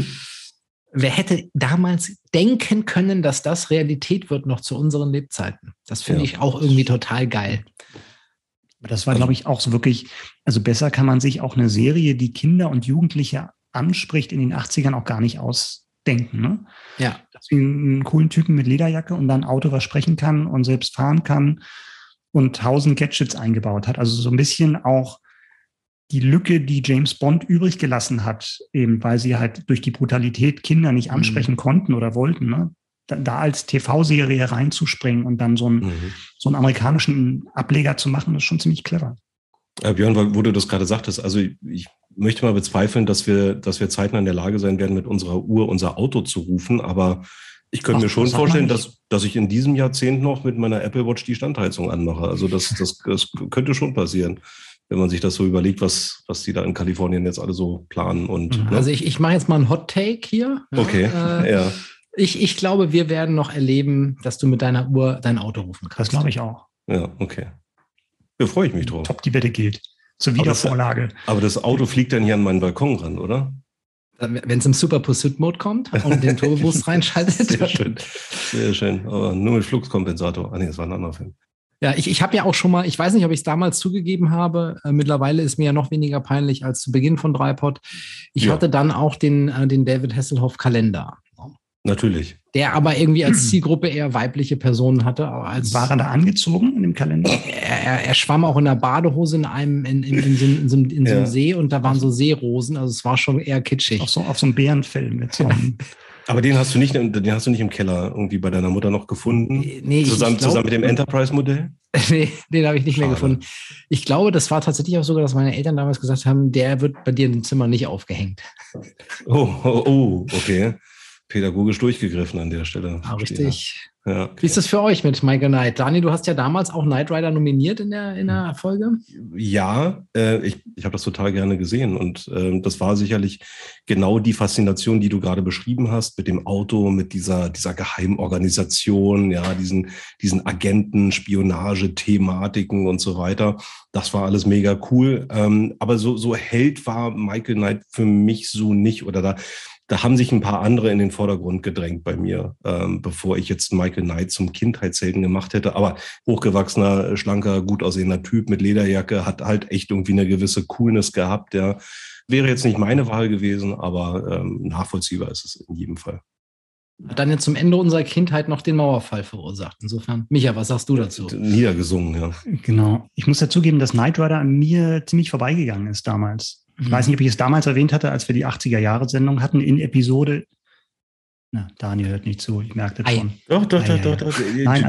Wer hätte damals denken können, dass das Realität wird noch zu unseren Lebzeiten? Das finde ich auch irgendwie total geil. Das war, glaube ich, auch so wirklich, also besser kann man sich auch eine Serie, die Kinder und Jugendliche anspricht, in den 80ern auch gar nicht ausdenken. Ne? Ja. Dass wir einen coolen Typen mit Lederjacke und dann ein Auto, was sprechen kann und selbst fahren kann und 1000 Gadgets eingebaut hat. Also so ein bisschen auch die Lücke, die James Bond übrig gelassen hat, eben weil sie halt durch die Brutalität Kinder nicht ansprechen konnten oder wollten, ne? Da als TV-Serie reinzuspringen und dann so einen amerikanischen Ableger zu machen, ist schon ziemlich clever. Björn, wo du das gerade sagtest, also ich möchte mal bezweifeln, dass wir zeitnah in der Lage sein werden, mit unserer Uhr unser Auto zu rufen, aber ich könnte mir schon vorstellen, dass ich in diesem Jahrzehnt noch mit meiner Apple Watch die Standheizung anmache. Also das könnte schon passieren, wenn man sich das so überlegt, was die da in Kalifornien jetzt alle so planen. Und, Also ich mache jetzt mal einen Hot Take hier. Okay, ja. Ich glaube, wir werden noch erleben, dass du mit deiner Uhr dein Auto rufen kannst. Das glaube ich auch. Ja, okay. Da freue ich mich drauf. Top, die Wette gilt. Zur Wiedervorlage. Aber das Auto fliegt dann hier an meinen Balkon ran, oder? Wenn es im Super Pursuit Mode kommt und den Turbo Boost reinschaltet. Sehr schön. Sehr schön. Aber nur mit Fluxkompensator. Nee, das war ein anderer Film. Ja, ich habe ja auch schon mal, ich weiß nicht, ob ich es damals zugegeben habe, mittlerweile ist mir ja noch weniger peinlich als zu Beginn von Dreipod. Ich hatte dann auch den David Hasselhoff Kalender. Natürlich. Der aber irgendwie als Zielgruppe eher weibliche Personen hatte. War er da angezogen in dem Kalender? Er schwamm auch in der Badehose in so einem See und da waren so Seerosen, also es war schon eher kitschig. Auf so einem Bärenfell mit so einem. Aber den hast du nicht im Keller irgendwie bei deiner Mutter noch gefunden? Nee, zusammen mit dem Enterprise-Modell? Nee, den habe ich nicht mehr gefunden. Ich glaube, das war tatsächlich auch sogar, dass meine Eltern damals gesagt haben, der wird bei dir im Zimmer nicht aufgehängt. Oh, okay. Pädagogisch durchgegriffen an der Stelle. Ah, richtig. Ja, okay. Wie ist das für euch mit Michael Knight? Dani, du hast ja damals auch Knight Rider nominiert in der Folge. Ja, ich habe das total gerne gesehen und das war sicherlich genau die Faszination, die du gerade beschrieben hast, mit dem Auto, mit dieser Geheimorganisation, ja, diesen Agenten, Spionage-Thematiken und so weiter. Das war alles mega cool. Aber so Held war Michael Knight für mich so nicht, oder da haben sich ein paar andere in den Vordergrund gedrängt bei mir, bevor ich jetzt Michael Knight zum Kindheitshelden gemacht hätte. Aber hochgewachsener, schlanker, gut aussehender Typ mit Lederjacke, hat halt echt irgendwie eine gewisse Coolness gehabt. Ja. Wäre jetzt nicht meine Wahl gewesen, aber nachvollziehbar ist es in jedem Fall. Hat dann jetzt zum Ende unserer Kindheit noch den Mauerfall verursacht. Insofern, Micha, was sagst du dazu? Niedergesungen, ja. Genau. Ich muss dazugeben, dass Knight Rider an mir ziemlich vorbeigegangen ist damals. Ich weiß nicht, ob ich es damals erwähnt hatte, als wir die 80er-Jahre-Sendung hatten, in Episode. Na, Daniel hört nicht zu, ich merke das schon. Doch. Nein,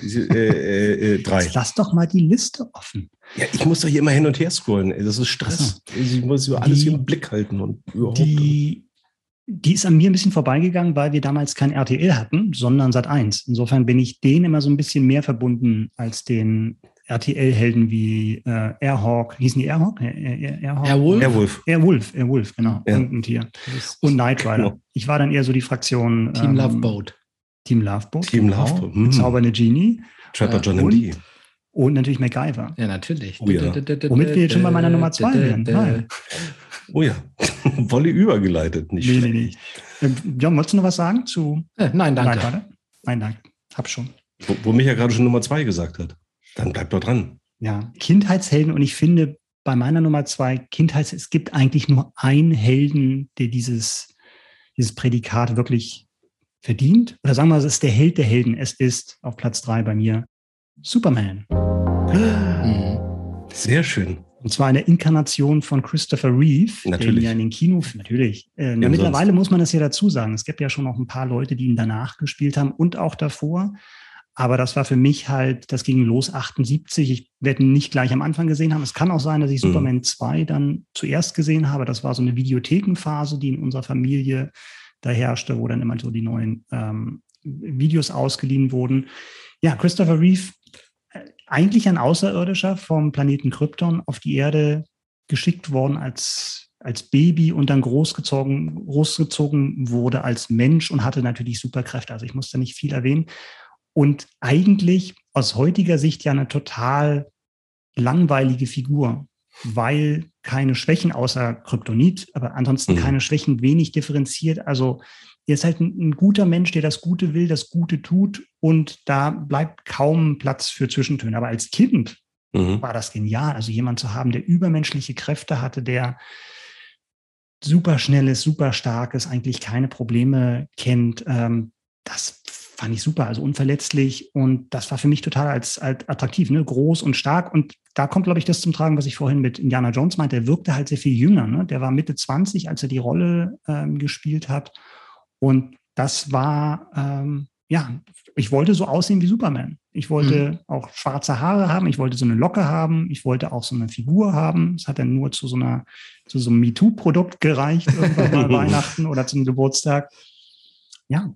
3. Lass doch mal die Liste offen. Ja, ich muss doch hier immer hin und her scrollen. Das ist Stress. Ich muss über alles hier im Blick halten. Und überhaupt. Die ist an mir ein bisschen vorbeigegangen, weil wir damals kein RTL hatten, sondern Sat.1. Insofern bin ich denen immer so ein bisschen mehr verbunden als den RTL-Helden wie Airhawk. Hießen die Airhawk? Airwolf? Airwolf, genau. Ja. Und ein Tier. Und Knight Rider. Genau. Ich war dann eher so die Fraktion Team Loveboat. Team Loveboat. Team Loveboat. Bezaubernde Genie. Trapper John M.D. Und natürlich MacGyver. Ja, natürlich. Oh ja. Womit wir jetzt schon bei meiner Nummer 2 wären. Oh ja. Wolle übergeleitet. Nicht schlecht. Nee. John, wolltest du noch was sagen zu Nein, danke. Nein, danke. Hab schon. Wo mich ja gerade schon Nummer 2 gesagt hat. Dann bleibt doch dran. Ja, Kindheitshelden. Und ich finde, bei meiner Nummer 2, es gibt eigentlich nur einen Helden, der dieses Prädikat wirklich verdient. Oder sagen wir, es ist der Held der Helden. Es ist auf Platz 3 bei mir Superman. Sehr schön. Und zwar eine Inkarnation von Christopher Reeve, natürlich. Der ihn ja in den Kinos, natürlich. Mittlerweile muss man das ja dazu sagen. Es gibt ja schon noch ein paar Leute, die ihn danach gespielt haben und auch davor. Aber das war für mich halt, das ging los 78. Ich werde ihn nicht gleich am Anfang gesehen haben. Es kann auch sein, dass ich Superman 2 dann zuerst gesehen habe. Das war so eine Videothekenphase, die in unserer Familie da herrschte, wo dann immer so die neuen Videos ausgeliehen wurden. Ja, Christopher Reeve, eigentlich ein Außerirdischer vom Planeten Krypton auf die Erde geschickt worden als Baby und dann großgezogen wurde als Mensch und hatte natürlich Superkräfte. Also ich muss da nicht viel erwähnen. Und eigentlich aus heutiger Sicht ja eine total langweilige Figur, weil keine Schwächen außer Kryptonit, aber ansonsten keine Schwächen, wenig differenziert. Also er ist halt ein guter Mensch, der das Gute will, das Gute tut und da bleibt kaum Platz für Zwischentöne. Aber als Kind war das genial. Also jemand zu haben, der übermenschliche Kräfte hatte, der super schnell ist, super stark ist, eigentlich keine Probleme kennt, das fand ich super, also unverletzlich und das war für mich total als attraktiv, ne? Groß und stark und da kommt, glaube ich, das zum Tragen, was ich vorhin mit Indiana Jones meinte, der wirkte halt sehr viel jünger, ne? Der war Mitte 20, als er die Rolle gespielt hat und das war, ich wollte so aussehen wie Superman. Ich wollte auch schwarze Haare haben, ich wollte so eine Locke haben, ich wollte auch so eine Figur haben. Es hat dann nur zu so einem MeToo-Produkt gereicht, irgendwann mal Weihnachten oder zum Geburtstag. Ja,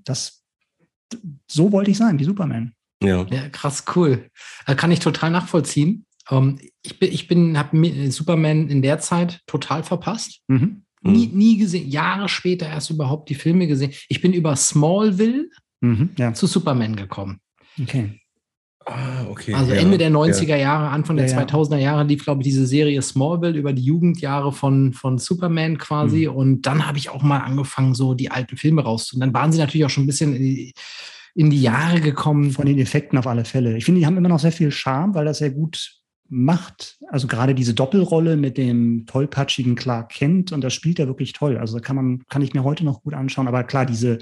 so wollte ich sein, wie Superman. Ja, krass, cool. Kann ich total nachvollziehen. Ich habe Superman in der Zeit total verpasst. Nie gesehen, Jahre später erst überhaupt die Filme gesehen. Ich bin über Smallville zu Superman gekommen. Okay. Okay. Also Ende der 90er Jahre, Anfang der 2000er Jahre lief, glaube ich, diese Serie Smallville über die Jugendjahre von Superman quasi. Und dann habe ich auch mal angefangen, so die alten Filme rauszuholen. Dann waren sie natürlich auch schon ein bisschen in die Jahre gekommen. Von den Effekten auf alle Fälle. Ich finde, die haben immer noch sehr viel Charme, weil das sehr gut macht. Also gerade diese Doppelrolle mit dem tollpatschigen Clark Kent und das spielt er wirklich toll. Also kann ich mir heute noch gut anschauen. Aber klar, diese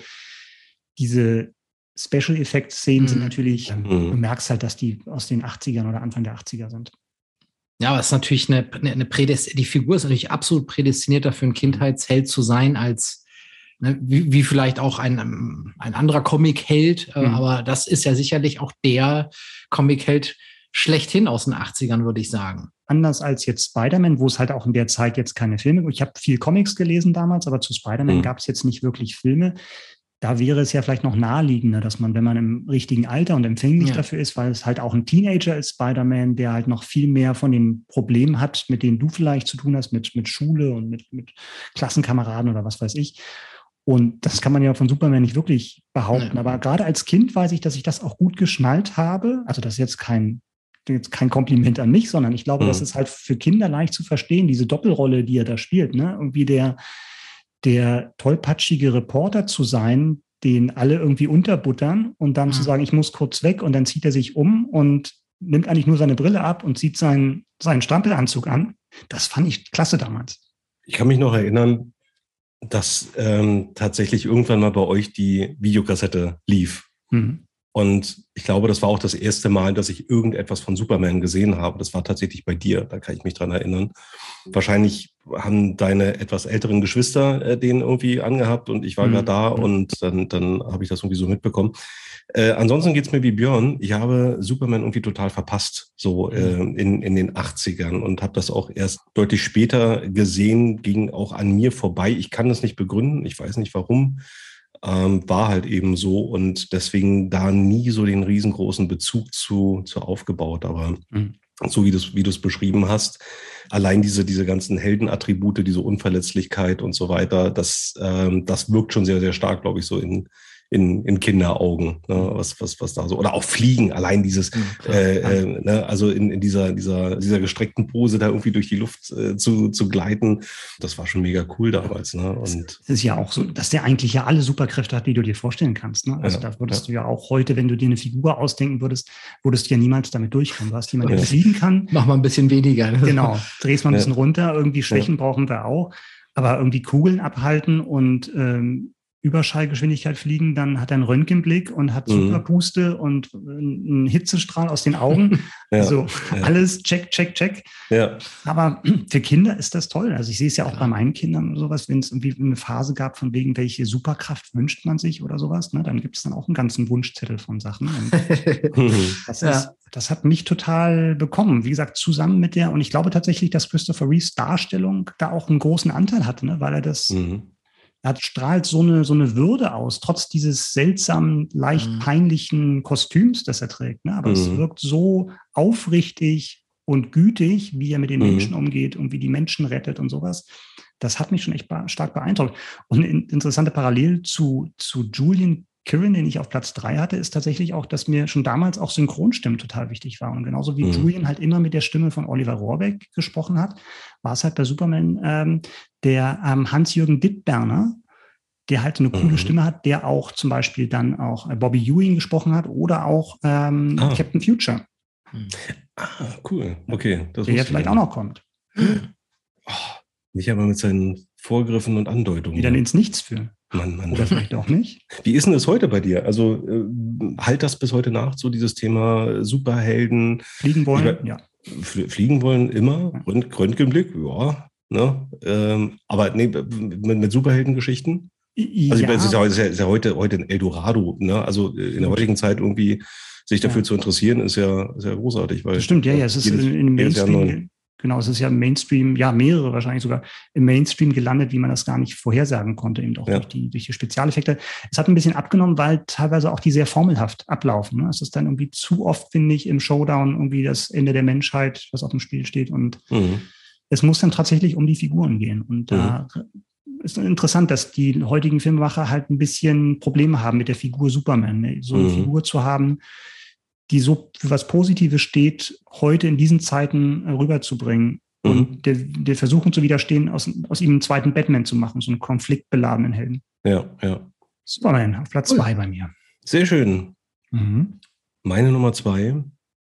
Special-Effekt-Szenen sind natürlich, du merkst halt, dass die aus den 80ern oder Anfang der 80er sind. Ja, aber es ist natürlich die Figur ist natürlich absolut prädestiniert dafür, ein Kindheitsheld zu sein, als wie vielleicht auch ein anderer Comic-Held. Aber das ist ja sicherlich auch der Comic-Held schlechthin aus den 80ern, würde ich sagen. Anders als jetzt Spider-Man, wo es halt auch in der Zeit jetzt keine Filme gibt. Ich habe viel Comics gelesen damals, aber zu Spider-Man gab es jetzt nicht wirklich Filme. Da wäre es ja vielleicht noch naheliegender, dass man, wenn man im richtigen Alter und empfänglich dafür ist, weil es halt auch ein Teenager ist, Spider-Man, der halt noch viel mehr von den Problemen hat, mit denen du vielleicht zu tun hast, mit Schule und mit Klassenkameraden oder was weiß ich. Und das kann man ja von Superman nicht wirklich behaupten. Ja. Aber gerade als Kind weiß ich, dass ich das auch gut geschnallt habe. Also das ist jetzt kein Kompliment an mich, sondern ich glaube, das ist halt für Kinder leicht zu verstehen, diese Doppelrolle, die er da spielt, ne? Irgendwie der tollpatschige Reporter zu sein, den alle irgendwie unterbuttern und dann zu sagen, ich muss kurz weg und dann zieht er sich um und nimmt eigentlich nur seine Brille ab und zieht seinen Strampelanzug an. Das fand ich klasse damals. Ich kann mich noch erinnern, dass tatsächlich irgendwann mal bei euch die Videokassette lief. Und ich glaube, das war auch das erste Mal, dass ich irgendetwas von Superman gesehen habe. Das war tatsächlich bei dir, da kann ich mich dran erinnern. Wahrscheinlich haben deine etwas älteren Geschwister den irgendwie angehabt und ich war gerade da und dann habe ich das irgendwie so mitbekommen. Ansonsten geht's mir wie Björn. Ich habe Superman irgendwie total verpasst, so in den 80ern und habe das auch erst deutlich später gesehen, ging auch an mir vorbei. Ich kann das nicht begründen, ich weiß nicht warum. War halt eben so und deswegen da nie so den riesengroßen Bezug zu aufgebaut. Aber so wie du es beschrieben hast, allein diese ganzen Heldenattribute, diese Unverletzlichkeit und so weiter, das wirkt schon sehr, sehr stark, glaube ich, so in in Kinderaugen, ne, was da so, oder auch Fliegen, allein dieses, also in dieser gestreckten Pose da irgendwie durch die Luft zu gleiten, das war schon mega cool damals. Ne? Und es ist ja auch so, dass der eigentlich ja alle Superkräfte hat, die du dir vorstellen kannst. Ne? Also da würdest du ja auch heute, wenn du dir eine Figur ausdenken würdest du ja niemals damit durchkommen. Du hast jemanden, der fliegen kann. Mach mal ein bisschen weniger. Ne? Genau, drehst mal ein bisschen runter, irgendwie Schwächen brauchen wir auch, aber irgendwie Kugeln abhalten und Überschallgeschwindigkeit fliegen, dann hat er einen Röntgenblick und hat Superpuste und einen Hitzestrahl aus den Augen. Alles check. Ja. Aber für Kinder ist das toll. Also ich sehe es ja auch bei meinen Kindern oder sowas, wenn es irgendwie eine Phase gab von wegen, welche Superkraft wünscht man sich oder sowas, ne? Dann gibt es dann auch einen ganzen Wunschzettel von Sachen. Und das hat mich total bekommen. Wie gesagt, zusammen mit und ich glaube tatsächlich, dass Christopher Reeves Darstellung da auch einen großen Anteil hatte, ne? Weil er das er strahlt so eine Würde aus, trotz dieses seltsamen, leicht peinlichen Kostüms, das er trägt. Ne? Aber es wirkt so aufrichtig und gütig, wie er mit den Menschen umgeht und wie die Menschen rettet und sowas. Das hat mich schon echt stark beeindruckt. Und eine interessante Parallel zu Julian Kirin, den ich auf Platz 3 hatte, ist tatsächlich auch, dass mir schon damals auch Synchronstimmen total wichtig waren. Und genauso wie Julian halt immer mit der Stimme von Oliver Rohrbeck gesprochen hat, war es halt bei Superman der Hans-Jürgen Dittberner, der halt eine coole Stimme hat, der auch zum Beispiel dann auch Bobby Ewing gesprochen hat oder auch Captain Future. Cool. Okay. Das der ja vielleicht auch noch kommt. Nicht aber mit seinen Vorgriffen und Andeutungen. Die dann ins Nichts führen. Mann. Oder vielleicht auch nicht. Wie ist denn das heute bei dir? Also halt das bis heute nach, so dieses Thema Superhelden? Fliegen wollen, Fliegen wollen immer, Röntgenblick, ja. Ne? Aber nee, mit Superheldengeschichten? Also es ist ja heute ein Eldorado. Ne? Also in der heutigen Zeit irgendwie sich dafür zu interessieren, ist ja großartig. Weil das stimmt, es ist in Mainstream. Genau, es ist ja im Mainstream, mehrere wahrscheinlich sogar im Mainstream gelandet, wie man das gar nicht vorhersagen konnte, eben auch durch die Spezialeffekte. Es hat ein bisschen abgenommen, weil teilweise auch die sehr formelhaft ablaufen. Ne? Es ist dann irgendwie zu oft, finde ich, im Showdown irgendwie das Ende der Menschheit, was auf dem Spiel steht. Und es muss dann tatsächlich um die Figuren gehen. Und da ist interessant, dass die heutigen Filmemacher halt ein bisschen Probleme haben mit der Figur Superman. Ne? So eine Figur zu haben, die so für was Positives steht, heute in diesen Zeiten rüberzubringen und der Versuchung zu widerstehen, aus ihm einen zweiten Batman zu machen, so einen konfliktbeladenen Helden. Ja. Superman auf Platz 2 bei mir. Sehr schön. Meine Nummer 2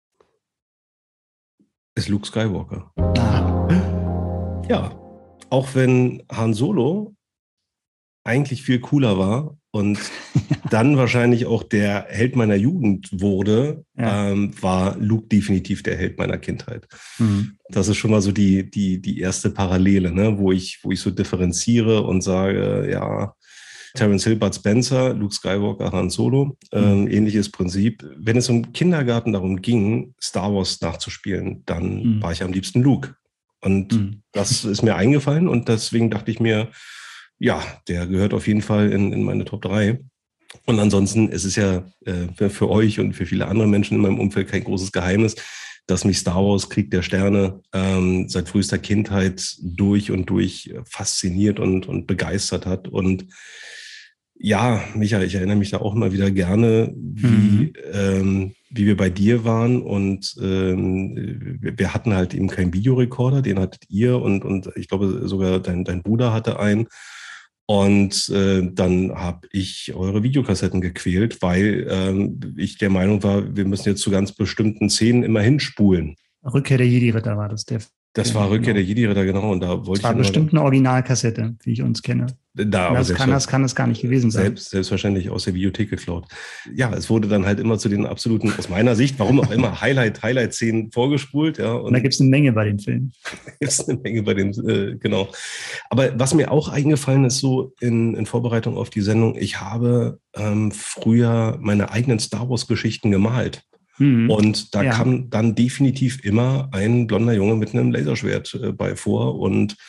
ist Luke Skywalker. Ja, auch wenn Han Solo eigentlich viel cooler war und dann wahrscheinlich auch der Held meiner Jugend wurde, war Luke definitiv der Held meiner Kindheit. Das ist schon mal so die erste Parallele, ne? wo ich so differenziere und sage, ja, Terence Hill, Bud Spencer, Luke Skywalker, Han Solo, ähnliches Prinzip. Wenn es im Kindergarten darum ging, Star Wars nachzuspielen, dann war ich am liebsten Luke. Und das ist mir eingefallen und deswegen dachte ich mir, ja, der gehört auf jeden Fall in meine Top 3. Und ansonsten ist es ja für euch und für viele andere Menschen in meinem Umfeld kein großes Geheimnis, dass mich Star Wars, Krieg der Sterne, seit frühester Kindheit durch und durch fasziniert und begeistert hat. Und ja, Michael, ich erinnere mich da auch immer wieder gerne, wie wir bei dir waren. Und wir hatten halt eben keinen Videorekorder, den hattet ihr und ich glaube sogar dein Bruder hatte einen. Und dann habe ich eure Videokassetten gequält, weil ich der Meinung war, wir müssen jetzt zu ganz bestimmten Szenen immer hinspulen. Rückkehr der Jedi-Ritter war das. Das war Rückkehr der Jedi-Ritter, genau. Und da wollte das war bestimmt eine Originalkassette, wie ich uns kenne. Das kann es gar nicht gewesen sein. Selbstverständlich aus der Videothek geklaut. Ja, es wurde dann halt immer zu den absoluten, aus meiner Sicht, warum auch immer, Highlight-Szenen vorgespult. Ja, und da gibt es eine Menge bei den Filmen. Genau. Aber was mir auch eingefallen ist, so in Vorbereitung auf die Sendung, ich habe früher meine eigenen Star Wars-Geschichten gemalt. Und da kam dann definitiv immer ein blonder Junge mit einem Laserschwert bei vor und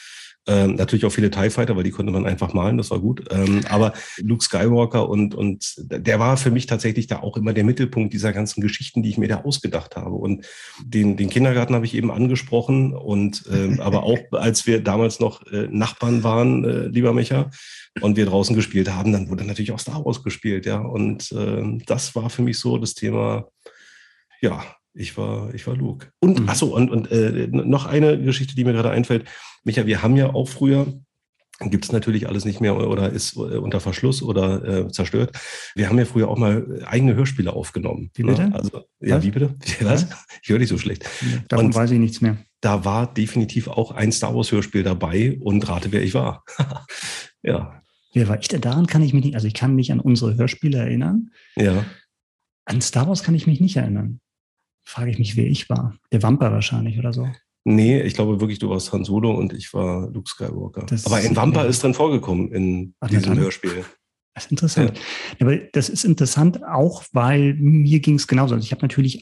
Natürlich auch viele TIE Fighter, weil die konnte man einfach malen, das war gut. Aber Luke Skywalker und der war für mich tatsächlich da auch immer der Mittelpunkt dieser ganzen Geschichten, die ich mir da ausgedacht habe. Und den Kindergarten habe ich eben angesprochen. Und aber auch, als wir damals noch Nachbarn waren, lieber Micha, und wir draußen gespielt haben, dann wurde natürlich auch Star Wars gespielt, ja. Und das war für mich so das Thema, ja, ich war Luke. Und noch eine Geschichte, die mir gerade einfällt. Micha, wir haben ja auch früher, gibt es natürlich alles nicht mehr oder ist unter Verschluss oder zerstört. Wir haben ja früher auch mal eigene Hörspiele aufgenommen. Wie bitte? Ne? Also, ja, wie bitte? Was? Ich höre dich so schlecht. Davon weiß ich nichts mehr. Da war definitiv auch ein Star Wars Hörspiel dabei und rate, wer ich war. Ja. Wer war ich denn? Daran kann ich mich nicht, also ich kann mich an unsere Hörspiele erinnern. Ja. An Star Wars kann ich mich nicht erinnern. Frage ich mich, wer ich war. Der Wampa wahrscheinlich oder so. Nee, ich glaube wirklich, du warst Han Solo und ich war Luke Skywalker. Aber ein Wampa ist drin vorgekommen in diesem Hörspiel. Das ist interessant. Ja. Aber das ist interessant auch, weil mir ging es genauso. Also ich habe natürlich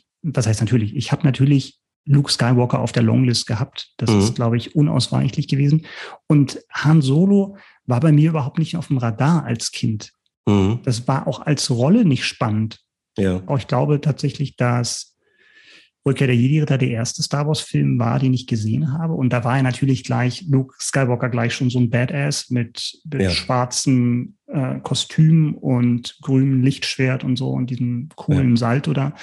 Luke Skywalker auf der Longlist gehabt. Das ist, glaube ich, unausweichlich gewesen. Und Han Solo war bei mir überhaupt nicht auf dem Radar als Kind. Das war auch als Rolle nicht spannend. Ja. Auch ich glaube tatsächlich, dass Rückkehr der Jedi-Ritter der erste Star Wars-Film war, den ich gesehen habe. Und da war er natürlich gleich, Luke Skywalker gleich schon so ein Badass mit schwarzem Kostüm und grünem Lichtschwert und so und diesem coolen Salto da.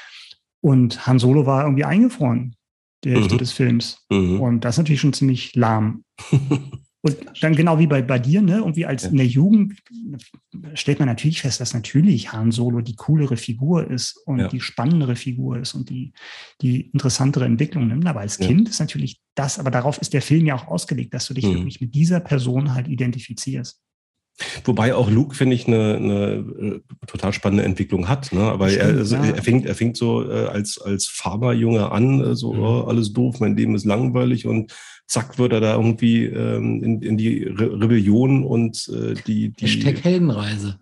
Und Han Solo war irgendwie eingefroren, die Hälfte des Films. Und das ist natürlich schon ziemlich lahm. Und dann genau wie bei dir, ne, irgendwie als in der Jugend stellt man natürlich fest, dass natürlich Han Solo die coolere Figur ist und die spannendere Figur ist und die interessantere Entwicklung nimmt. Aber als Kind ist natürlich das, aber darauf ist der Film ja auch ausgelegt, dass du dich wirklich mit dieser Person halt identifizierst. Wobei auch Luke, finde ich, eine total spannende Entwicklung hat. Ne? Aber er fängt so als Farmerjunge an, alles doof, mein Leben ist langweilig und zack wird er da irgendwie in die Rebellion und die Hashtag Heldenreise.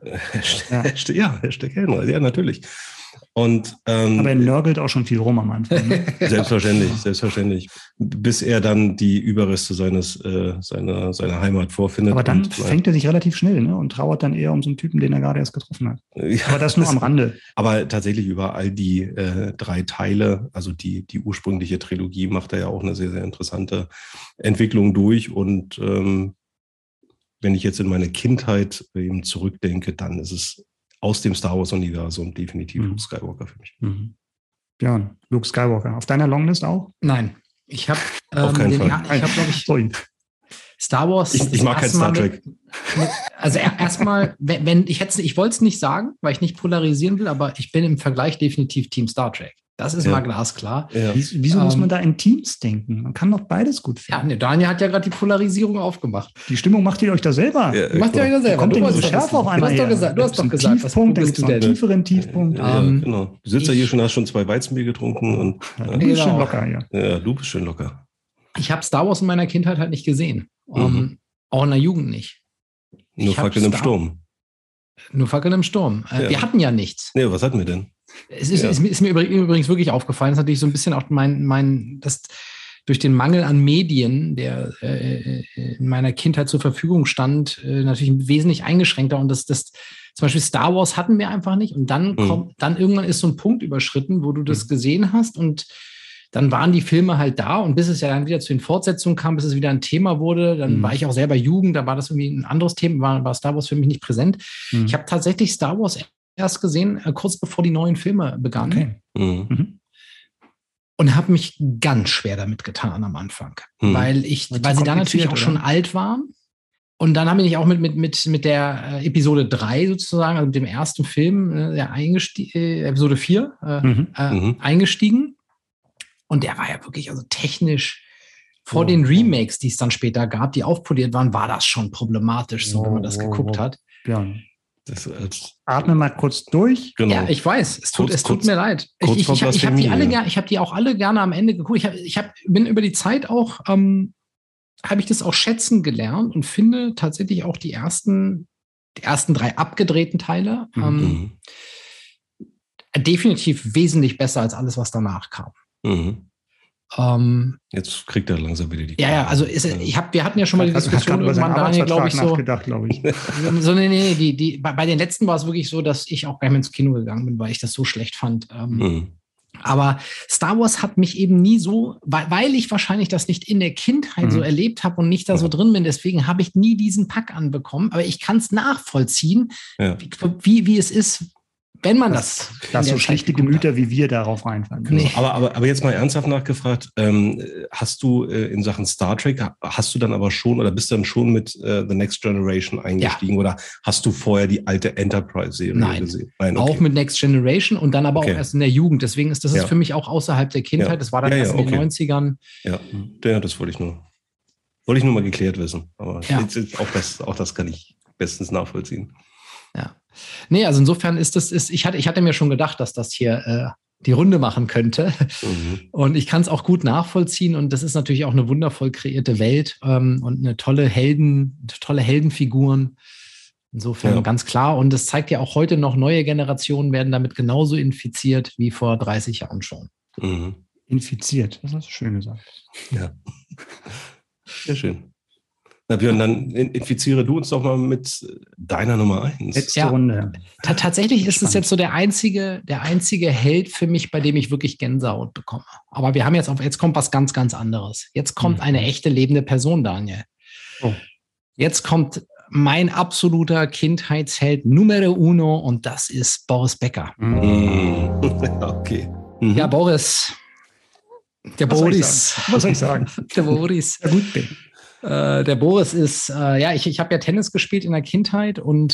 Hashtag Heldenreise, ja, natürlich. Und, aber er nörgelt auch schon viel rum am Anfang. Ne? Selbstverständlich. Bis er dann die Überreste seiner Heimat vorfindet. Aber dann fängt er sich relativ schnell, ne? Und trauert dann eher um so einen Typen, den er gerade erst getroffen hat. Ja, aber das nur am Rande. Aber tatsächlich über all die 3 Teile, also die ursprüngliche Trilogie, macht er ja auch eine sehr, sehr interessante Entwicklung durch. Und wenn ich jetzt in meine Kindheit eben zurückdenke, dann ist es aus dem Star Wars-Universum definitiv Luke Skywalker für mich. Björn, Luke Skywalker. Auf deiner Longlist auch? Nein. Ich habe auf keinen Fall. Ich habe, glaube ich, Star Wars. Ich mag kein Star Trek. Also erstmal, ich wollte es nicht sagen, weil ich nicht polarisieren will, aber ich bin im Vergleich definitiv Team Star Trek. Das ist mal glasklar. Ja. Wieso muss man da in Teams denken? Man kann doch beides gut finden. Ja, ne, Daniel hat ja gerade die Polarisierung aufgemacht. Die Stimmung macht ihr euch da selber. Ja, macht ihr euch da selber. Kommt denn so schärf auf einmal her? Du hast doch gesagt, Tiefpunkt, dann gibt es einen tieferen Tiefpunkt. Ja, genau. Du sitzt ja hier schon, hast schon 2 Weizenbier getrunken. Und, du bist schön locker, Ja, du bist schön locker. Ich habe Star Wars in meiner Kindheit halt nicht gesehen. Auch in der Jugend nicht. Nur Fackeln im Sturm. Nur Fackeln im Sturm. Wir hatten ja nichts. Nee, was hatten wir denn? Es ist mir übrigens wirklich aufgefallen, das ist natürlich so ein bisschen auch das durch den Mangel an Medien, der in meiner Kindheit zur Verfügung stand, natürlich wesentlich eingeschränkter. Und das zum Beispiel Star Wars hatten wir einfach nicht. Und dann dann irgendwann ist so ein Punkt überschritten, wo du das gesehen hast und dann waren die Filme halt da und bis es ja dann wieder zu den Fortsetzungen kam, bis es wieder ein Thema wurde, dann war ich auch selber Jugend, da war das irgendwie ein anderes Thema, war Star Wars für mich nicht präsent. Ich habe tatsächlich Star Wars erst gesehen, kurz bevor die neuen Filme begannen. Okay. Und habe mich ganz schwer damit getan am Anfang, weil sie da natürlich auch schon alt waren. Und dann habe ich auch mit der Episode 3 sozusagen, also mit dem ersten Film, Episode 4, eingestiegen. Und der war ja wirklich, also technisch vor den Remakes, die es dann später gab, die aufpoliert waren, war das schon problematisch, so wenn man das geguckt hat. Ja. Atme mal kurz durch. Genau. Ja, ich weiß. Es tut mir leid. Ich habe die auch alle gerne am Ende geguckt. Bin über die Zeit auch, habe ich das auch schätzen gelernt und finde tatsächlich auch die ersten 3 abgedrehten Teile definitiv wesentlich besser als alles, was danach kam. Jetzt kriegt er langsam wieder die Frage. Ja, also wir hatten ja schon mal die Diskussion irgendwann, Daniel, glaube ich, so. Bei den letzten war es wirklich so, dass ich auch gar nicht mehr ins Kino gegangen bin, weil ich das so schlecht fand. Aber Star Wars hat mich eben nie so, weil ich wahrscheinlich das nicht in der Kindheit so erlebt habe und nicht da so drin bin, deswegen habe ich nie diesen Pack anbekommen. Aber ich kann es nachvollziehen, wie es ist, wenn man das so schlechte Gemüter wie wir darauf reinfallen. Nee. Aber jetzt mal ernsthaft nachgefragt, hast du in Sachen Star Trek, hast du dann aber schon oder bist du dann schon mit The Next Generation eingestiegen oder hast du vorher die alte Enterprise-Serie gesehen? Nein, okay. Auch mit Next Generation und dann aber auch erst in der Jugend. Deswegen ist das für mich auch außerhalb der Kindheit. Das war dann erst in den 90ern. Ja, das wollte ich nur mal geklärt wissen. Aber auch das kann ich bestens nachvollziehen. Ja. Nee, also insofern ich hatte mir schon gedacht, dass das hier die Runde machen könnte. Und ich kann es auch gut nachvollziehen. Und das ist natürlich auch eine wundervoll kreierte Welt und eine tolle Heldenfiguren. Insofern ganz klar. Und das zeigt ja auch heute noch, neue Generationen werden damit genauso infiziert wie vor 30 Jahren schon. Infiziert, das hast du schön gesagt. Ja, sehr schön. Na Björn, dann infiziere du uns doch mal mit deiner Nummer 1. Letzte Runde. Tatsächlich ist es jetzt so der einzige Held für mich, bei dem ich wirklich Gänsehaut bekomme. Aber wir haben jetzt kommt was ganz, ganz anderes. Jetzt kommt eine echte lebende Person, Daniel. Oh. Jetzt kommt mein absoluter Kindheitsheld Numero Uno und das ist Boris Becker. Okay. Ja, Boris. Der Boris. Was soll ich sagen? Der Boris. Ja, gut, Ben. Der Boris ist, ich habe ja Tennis gespielt in der Kindheit und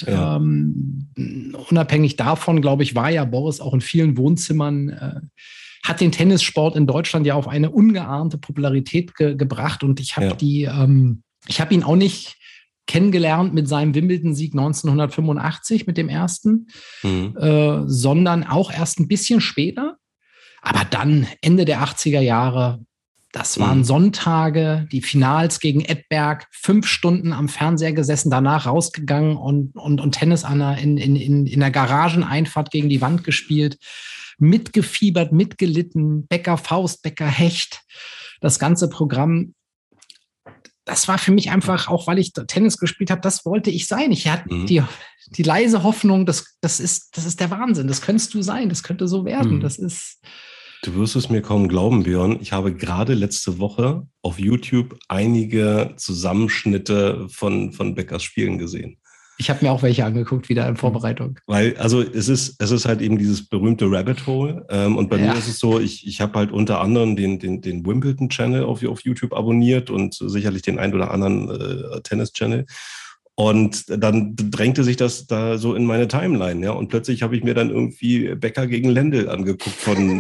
unabhängig davon, glaube ich, war ja Boris auch in vielen Wohnzimmern, hat den Tennissport in Deutschland ja auf eine ungeahnte Popularität gebracht und ich habe ich habe ihn auch nicht kennengelernt mit seinem Wimbledon-Sieg 1985 mit dem ersten, sondern auch erst ein bisschen später, aber dann Ende der 80er Jahre. Das waren Sonntage, die Finals gegen Edberg, 5 Stunden am Fernseher gesessen, danach rausgegangen und Tennis in der Garageneinfahrt gegen die Wand gespielt, mitgefiebert, mitgelitten, Becker Faust, Becker Hecht, das ganze Programm. Das war für mich einfach, auch weil ich Tennis gespielt habe, das wollte ich sein. Ich hatte die leise Hoffnung, das ist der Wahnsinn, das könntest du sein, das könnte so werden, das ist... Du wirst es mir kaum glauben, Björn. Ich habe gerade letzte Woche auf YouTube einige Zusammenschnitte von Beckers Spielen gesehen. Ich habe mir auch welche angeguckt, wieder in Vorbereitung. Weil, also es ist halt eben dieses berühmte Rabbit Hole. Und bei mir ist es so, ich habe halt unter anderem den Wimbledon-Channel auf YouTube abonniert und sicherlich den ein oder anderen Tennis-Channel. Und dann drängte sich das da so in meine Timeline, ja. Und plötzlich habe ich mir dann irgendwie Becker gegen Lendl angeguckt von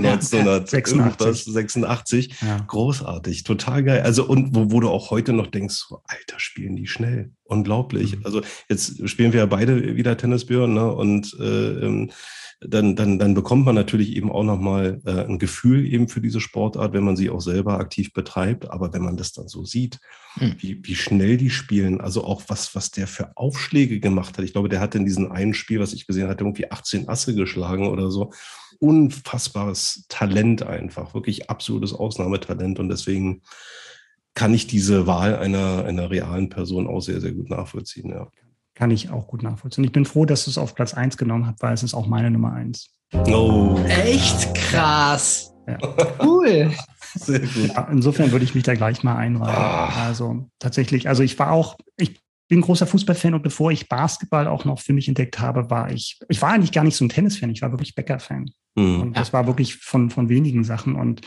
1986. Ja. Großartig, total geil. Also, und wo du auch heute noch denkst, so, Alter, spielen die schnell. Unglaublich. Also, jetzt spielen wir ja beide wieder Tennis, Björn, ne? Und dann bekommt man natürlich eben auch nochmal ein Gefühl eben für diese Sportart, wenn man sie auch selber aktiv betreibt. Aber wenn man das dann so sieht, wie schnell die spielen, also auch was der für Aufschläge gemacht hat. Ich glaube, der hat in diesem einen Spiel, was ich gesehen hatte, irgendwie 18 Asse geschlagen oder so. Unfassbares Talent einfach, wirklich absolutes Ausnahmetalent. Und deswegen kann ich diese Wahl einer realen Person auch sehr, sehr gut nachvollziehen, ja. Kann ich auch gut nachvollziehen. Ich bin froh, dass du es auf Platz 1 genommen hast, weil es ist auch meine Nummer 1. Oh. Echt krass. Ja. Cool. Sehr gut. Ja, insofern würde ich mich da gleich mal einreihen. Also tatsächlich, ich bin großer Fußballfan und bevor ich Basketball auch noch für mich entdeckt habe, war ich war eigentlich gar nicht so ein Tennisfan, ich war wirklich Becker-Fan. Und das war wirklich von wenigen Sachen. Und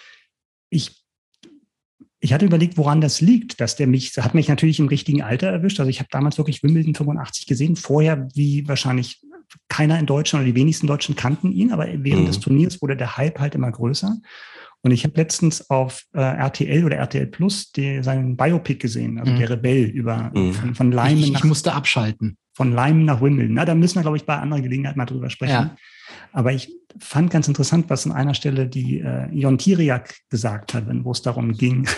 ich hatte überlegt, woran das liegt, dass hat mich natürlich im richtigen Alter erwischt. Also ich habe damals wirklich Wimbledon 85 gesehen. Vorher, wie wahrscheinlich keiner in Deutschland oder die wenigsten Deutschen kannten ihn, aber während des Turniers wurde der Hype halt immer größer. Und ich habe letztens auf RTL oder RTL Plus seinen Biopic gesehen, also der Rebell von Lyman. Ich musste abschalten. Von Lyman nach Wimbledon. Na, da müssen wir, glaube ich, bei anderer Gelegenheit mal drüber sprechen. Ja. Aber ich fand ganz interessant, was an einer Stelle die Jon Tiriac gesagt hat, wo es darum ging,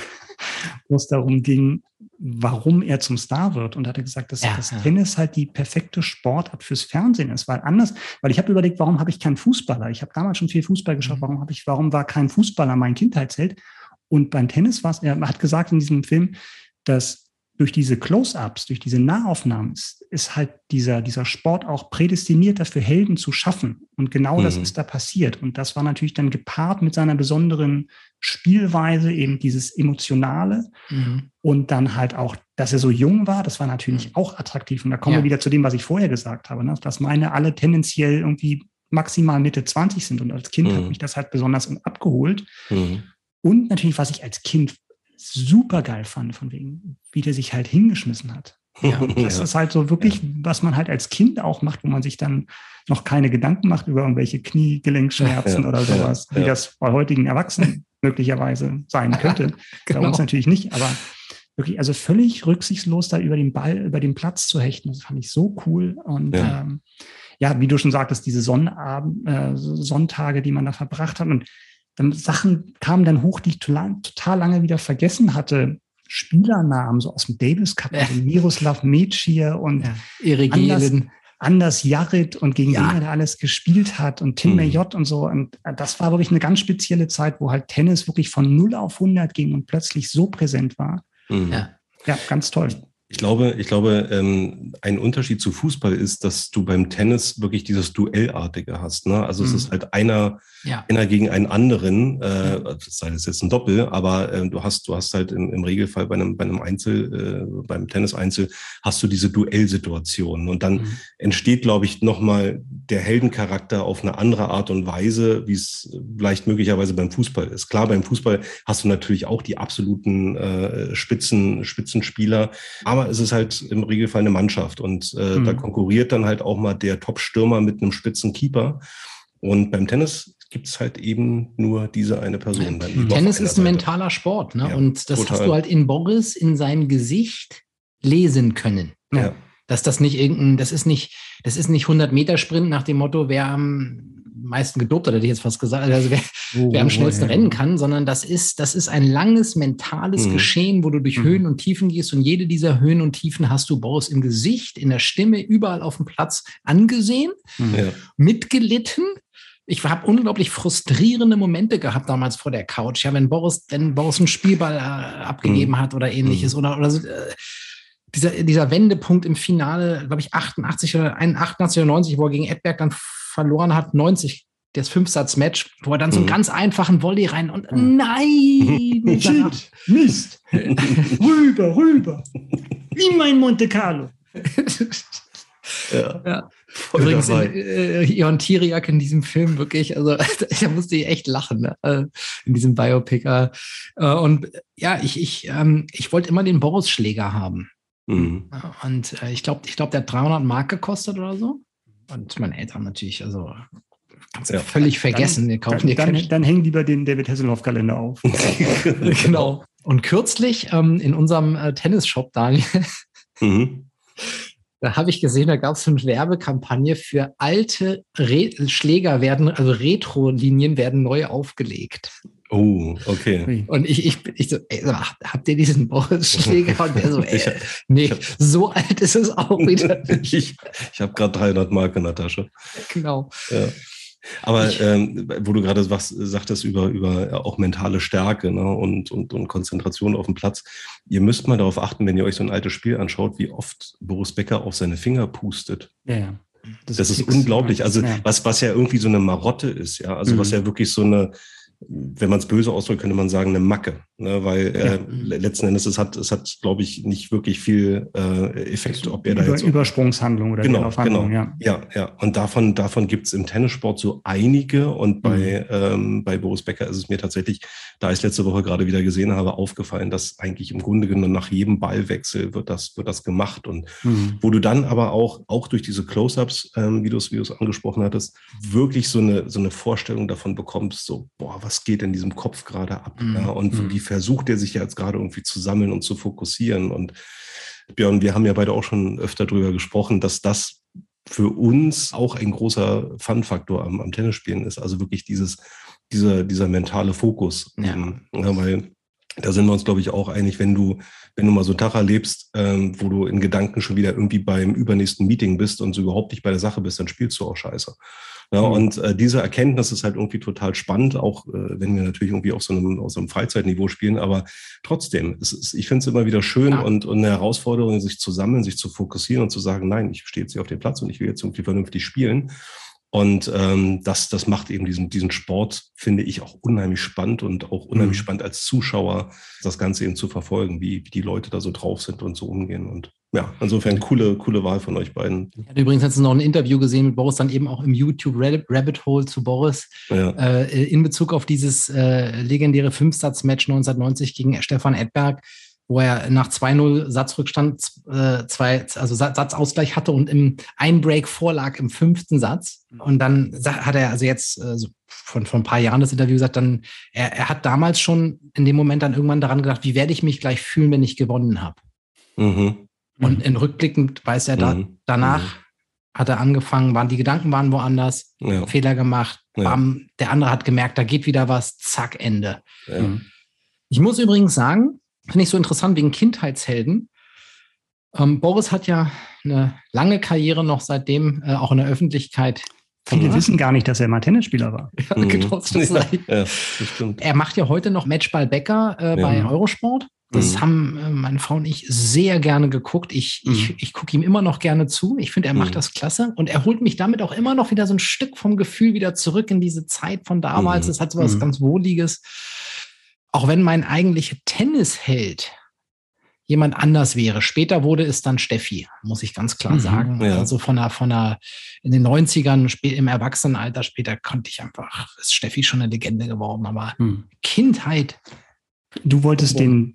warum er zum Star wird. Und hat er gesagt, dass das Tennis halt die perfekte Sportart fürs Fernsehen ist. Weil ich habe überlegt, warum habe ich keinen Fußballer? Ich habe damals schon viel Fußball geschaut. Warum war kein Fußballer mein Kindheitsheld? Und beim Tennis war es, er hat gesagt in diesem Film, dass durch diese Close-ups, durch diese Nahaufnahmen ist halt dieser Sport auch prädestiniert dafür, Helden zu schaffen. Und genau das ist da passiert. Und das war natürlich dann gepaart mit seiner besonderen Spielweise, eben dieses Emotionale. Und dann halt auch, dass er so jung war, das war natürlich auch attraktiv. Und da kommen wir wieder zu dem, was ich vorher gesagt habe, ne? Dass meine alle tendenziell irgendwie maximal Mitte 20 sind. Und als Kind hat mich das halt besonders abgeholt. Und natürlich, was ich als Kind super geil fand, von wegen, wie der sich halt hingeschmissen hat. Ja, das ist halt so wirklich, was man halt als Kind auch macht, wo man sich dann noch keine Gedanken macht über irgendwelche Kniegelenkschmerzen oder sowas, wie das bei heutigen Erwachsenen möglicherweise sein könnte. Bei uns natürlich nicht, aber wirklich, also völlig rücksichtslos da über den Ball, über den Platz zu hechten, das fand ich so cool. Und wie du schon sagtest, diese Sonntage, die man da verbracht hat, und dann Sachen kamen dann hoch, die ich total lange wieder vergessen hatte. Spielernamen, so aus dem Davis Cup, also Miroslav Meciar und Anders Jarrit und gegen wen er da alles gespielt hat und Tim Mayotte und so. Und das war wirklich eine ganz spezielle Zeit, wo halt Tennis wirklich von 0 auf 100 ging und plötzlich so präsent war. Ja, ganz toll. Ich glaube, ein Unterschied zu Fußball ist, dass du beim Tennis wirklich dieses Duellartige hast. Ne? Also es ist halt einer gegen einen anderen, sei das jetzt ein Doppel, aber du hast halt im Regelfall bei einem Einzel, beim Tennis-Einzel hast du diese Duellsituation. Und dann entsteht, glaube ich, nochmal der Heldencharakter auf eine andere Art und Weise, wie es vielleicht möglicherweise beim Fußball ist. Klar, beim Fußball hast du natürlich auch die absoluten Spitzenspieler, aber es ist halt im Regelfall eine Mannschaft und da konkurriert dann halt auch mal der Top-Stürmer mit einem Spitzenkeeper. Und beim Tennis gibt es halt eben nur diese eine Person. Tennis ist ein mentaler Sport, ne? Ja, und das hast du halt in Boris in seinem Gesicht lesen können. Ja. Dass das nicht das ist nicht 100-Meter-Sprint nach dem Motto, wer am meisten gedopt hat, hätte ich jetzt fast gesagt, also wer am schnellsten rennen kann, sondern das ist ein langes mentales Geschehen, wo du durch Höhen und Tiefen gehst, und jede dieser Höhen und Tiefen hast du Boris im Gesicht, in der Stimme, überall auf dem Platz angesehen, mitgelitten. Ich habe unglaublich frustrierende Momente gehabt damals vor der Couch, ja, wenn Boris einen Spielball abgegeben hat oder ähnliches oder so. Dieser Wendepunkt im Finale, glaube ich, 88 oder 90, wo er gegen Edberg dann verloren hat, 90, das 5-Satz-Match, wo er dann so einen ganz einfachen Volley rein und nein! Mist! Rüber! Wie mein Monte Carlo! Ja. Übrigens, Ion Tiriac in diesem Film wirklich, also da musste ich echt lachen, ne? In diesem Biopic. Und ja, ich wollte immer den Boris-Schläger haben. Und ich glaube, der hat 300 Mark gekostet oder so. Und meine Eltern natürlich, also kannst du völlig vergessen. Dann hängen lieber den David Hasselhoff-Kalender auf. Genau. Und kürzlich in unserem Tennisshop, Daniel, da habe ich gesehen, da gab es eine Werbekampagne für alte Schläger also Retro-Linien werden neu aufgelegt. Oh, okay. Und ich so, habt ihr diesen Boris-Schläger? Und der so, so alt ist es auch wieder nicht. Ich habe gerade 300 Mark in der Tasche. Genau. Ja. Aber wo du gerade sagtest über auch mentale Stärke, ne, und Konzentration auf dem Platz, ihr müsst mal darauf achten, wenn ihr euch so ein altes Spiel anschaut, wie oft Boris Becker auf seine Finger pustet. Ja. Das ist unglaublich. Also was ja irgendwie so eine Marotte ist, ja, also was ja wirklich so eine, wenn man es böse ausdrückt, könnte man sagen, eine Macke, ne? Weil letzten Endes es hat, glaube ich, nicht wirklich viel Effekt, ob er da jetzt Übersprungshandlung oder genau. Ja. Und davon gibt es im Tennissport so einige, und bei Boris Becker ist es mir tatsächlich, da ich es letzte Woche gerade wieder gesehen habe, aufgefallen, dass eigentlich im Grunde genommen nach jedem Ballwechsel wird das gemacht, und wo du dann aber auch durch diese Close-ups, wie du es angesprochen hattest, wirklich so eine Vorstellung davon bekommst, so, boah, was geht in diesem Kopf gerade ab? Ja, und wie versucht er sich jetzt gerade irgendwie zu sammeln und zu fokussieren? Und Björn, wir haben ja beide auch schon öfter drüber gesprochen, dass das für uns auch ein großer Fun-Faktor am Tennisspielen ist. Also wirklich dieser mentale Fokus. Ja, weil da sind wir uns, glaube ich, auch einig, wenn du mal so einen Tag erlebst, wo du in Gedanken schon wieder irgendwie beim übernächsten Meeting bist und so überhaupt nicht bei der Sache bist, dann spielst du auch scheiße. Ja, und diese Erkenntnis ist halt irgendwie total spannend, auch wenn wir natürlich irgendwie auf so einem Freizeitniveau spielen, aber trotzdem, ich finde es immer wieder schön und eine Herausforderung, sich zu sammeln, sich zu fokussieren und zu sagen, nein, ich stehe jetzt hier auf dem Platz und ich will jetzt irgendwie vernünftig spielen. Und das macht eben diesen Sport, finde ich, auch unheimlich spannend und auch unheimlich spannend als Zuschauer, das Ganze eben zu verfolgen, wie die Leute da so drauf sind und so umgehen. Und ja, insofern coole Wahl von euch beiden. Ich hatte übrigens jetzt noch ein Interview gesehen mit Boris, dann eben auch im YouTube Rabbit Hole zu Boris, in Bezug auf dieses legendäre 5-Satz-Match 1990 gegen Stefan Edberg, wo er nach 2-0 Satzrückstand Satzausgleich hatte und im Einbreak vorlag im 5. Satz. Und dann hat er also jetzt von ein paar Jahren das Interview gesagt, dann er hat damals schon in dem Moment dann irgendwann daran gedacht, wie werde ich mich gleich fühlen, wenn ich gewonnen habe. Und in rückblickend weiß er, danach hat er angefangen, die Gedanken waren woanders, Fehler gemacht, bam, der andere hat gemerkt, da geht wieder was, zack, Ende. Ich muss übrigens sagen, finde ich so interessant wegen Kindheitshelden. Boris hat ja eine lange Karriere noch seitdem auch in der Öffentlichkeit. Viele wissen gar nicht, dass er mal Tennisspieler war. Ja, genau, das stimmt. Er macht ja heute noch Matchball Becker bei Eurosport. Das haben meine Frau und ich sehr gerne geguckt. Ich gucke ihm immer noch gerne zu. Ich finde, er macht das klasse. Und er holt mich damit auch immer noch wieder so ein Stück vom Gefühl wieder zurück in diese Zeit von damals. Es hat so was ganz Wohliges. Auch wenn mein eigentlicher Tennisheld jemand anders wäre. Später wurde es dann Steffi, muss ich ganz klar sagen. Ja. Also in den 90ern, im Erwachsenenalter später ist Steffi schon eine Legende geworden. Aber Kindheit. Du wolltest den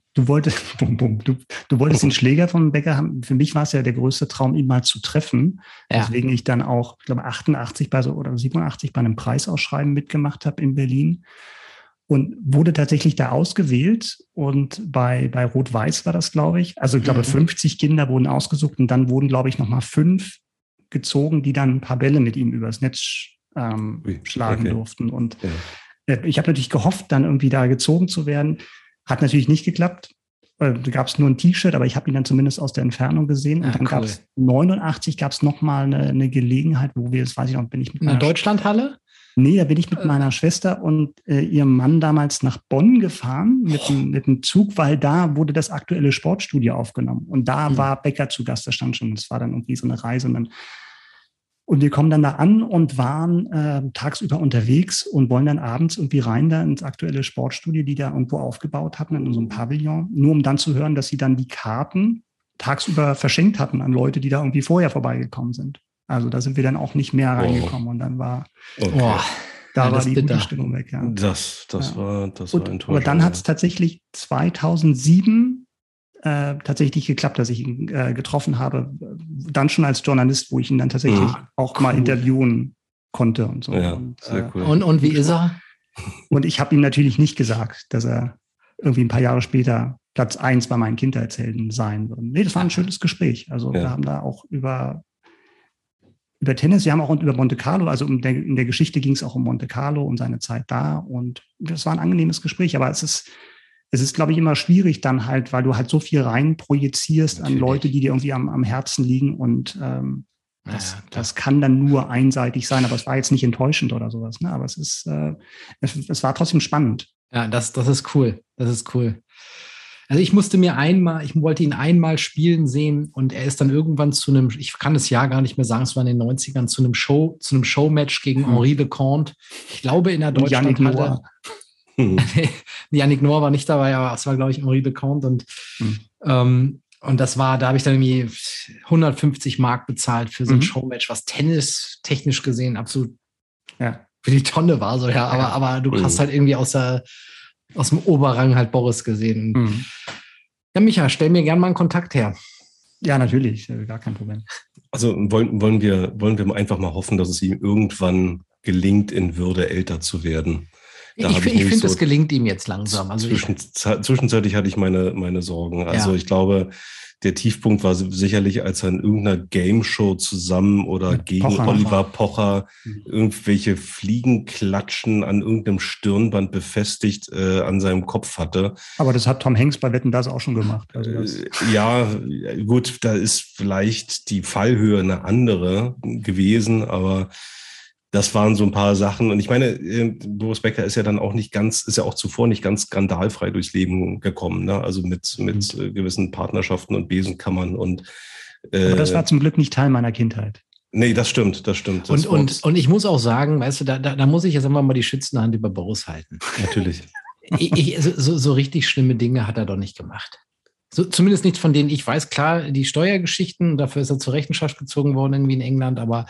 Schläger von Becker haben. Für mich war es ja der größte Traum, ihn mal zu treffen. Ja. Deswegen ich dann auch, ich glaube, 88 oder 87 bei einem Preisausschreiben mitgemacht habe in Berlin. Und wurde tatsächlich da ausgewählt. Und bei Rot-Weiß war das, glaube ich. Also ich glaube, 50 Kinder wurden ausgesucht und dann wurden, glaube ich, nochmal 5 gezogen, die dann ein paar Bälle mit ihm übers Netz schlagen durften. Und ich habe natürlich gehofft, dann irgendwie da gezogen zu werden. Hat natürlich nicht geklappt. Da gab es nur ein T-Shirt, aber ich habe ihn dann zumindest aus der Entfernung gesehen. Und dann gab es 89 nochmal eine Gelegenheit, wo wir, das weiß ich noch, bin ich mit einer Deutschlandhalle? Nee, da bin ich mit meiner Schwester und ihrem Mann damals nach Bonn gefahren mit dem Zug, weil da wurde das aktuelle Sportstudio aufgenommen. Und da war Becker zu Gast, da stand schon. Das war dann irgendwie so eine Reise. Und wir kommen dann da an und waren tagsüber unterwegs und wollen dann abends irgendwie rein da ins aktuelle Sportstudio, die da irgendwo aufgebaut hatten, in so einem Pavillon, nur um dann zu hören, dass sie dann die Karten tagsüber verschenkt hatten an Leute, die da irgendwie vorher vorbeigekommen sind. Also da sind wir dann auch nicht mehr reingekommen und dann war war die gute Stimmung weg. Ja. Das war enttäuschend. Aber dann hat es tatsächlich 2007 tatsächlich geklappt, dass ich ihn getroffen habe. Dann schon als Journalist, wo ich ihn dann tatsächlich auch mal interviewen konnte und so. Ja, sehr cool. Und wie ist er? Und ich habe ihm natürlich nicht gesagt, dass er irgendwie ein paar Jahre später Platz 1 bei meinen Kindheitshelden sein wird. Nee, das war ein schönes Gespräch. Also wir haben da auch über Tennis, wir haben auch über Monte Carlo, also in der Geschichte ging es auch um Monte Carlo und seine Zeit da und das war ein angenehmes Gespräch, aber es ist, glaube ich, immer schwierig dann halt, weil du halt so viel rein projizierst an Leute, die dir irgendwie am Herzen liegen und das kann dann nur einseitig sein, aber es war jetzt nicht enttäuschend oder sowas, ne? Aber es war trotzdem spannend. Ja, das ist cool, das ist cool. Also ich wollte ihn einmal spielen sehen und er ist dann irgendwann ich kann das Jahr gar nicht mehr sagen, es war in den 90ern, zu einem Showmatch gegen Henri Leconte. Ich glaube in der Deutschlandhalle. Yannick Noah war nicht dabei, aber es war, glaube ich, Henri Leconte und das war, da habe ich dann irgendwie 150 Mark bezahlt für so ein Showmatch, was tennistechnisch gesehen absolut für die Tonne war. So, aber du hast halt irgendwie aus dem Oberrang halt Boris gesehen. Ja, Micha, stell mir gerne mal einen Kontakt her. Ja, natürlich, gar kein Problem. Also wollen wir einfach mal hoffen, dass es ihm irgendwann gelingt, in Würde älter zu werden. Ich finde, es gelingt ihm jetzt langsam. Also zwischenzeitlich hatte ich meine Sorgen. Also ich glaube, der Tiefpunkt war sicherlich, als er in irgendeiner Game-Show zusammen oder gegen Oliver Pocher irgendwelche Fliegenklatschen an irgendeinem Stirnband befestigt an seinem Kopf hatte. Aber das hat Tom Hanks bei Wetten, das auch schon gemacht. Also ja, gut, da ist vielleicht die Fallhöhe eine andere gewesen, aber das waren so ein paar Sachen. Und ich meine, Boris Becker ist ja dann auch ist ja auch zuvor nicht ganz skandalfrei durchs Leben gekommen, ne? Also mit gewissen Partnerschaften und Besenkammern und aber das war zum Glück nicht Teil meiner Kindheit. Nee, das stimmt. Und ich muss auch sagen, weißt du, da muss ich jetzt einfach mal die schützende Hand über Boris halten. Natürlich. So richtig schlimme Dinge hat er doch nicht gemacht. So, zumindest nichts, von denen ich weiß. Klar, die Steuergeschichten, dafür ist er zur Rechenschaft gezogen worden, irgendwie in England, aber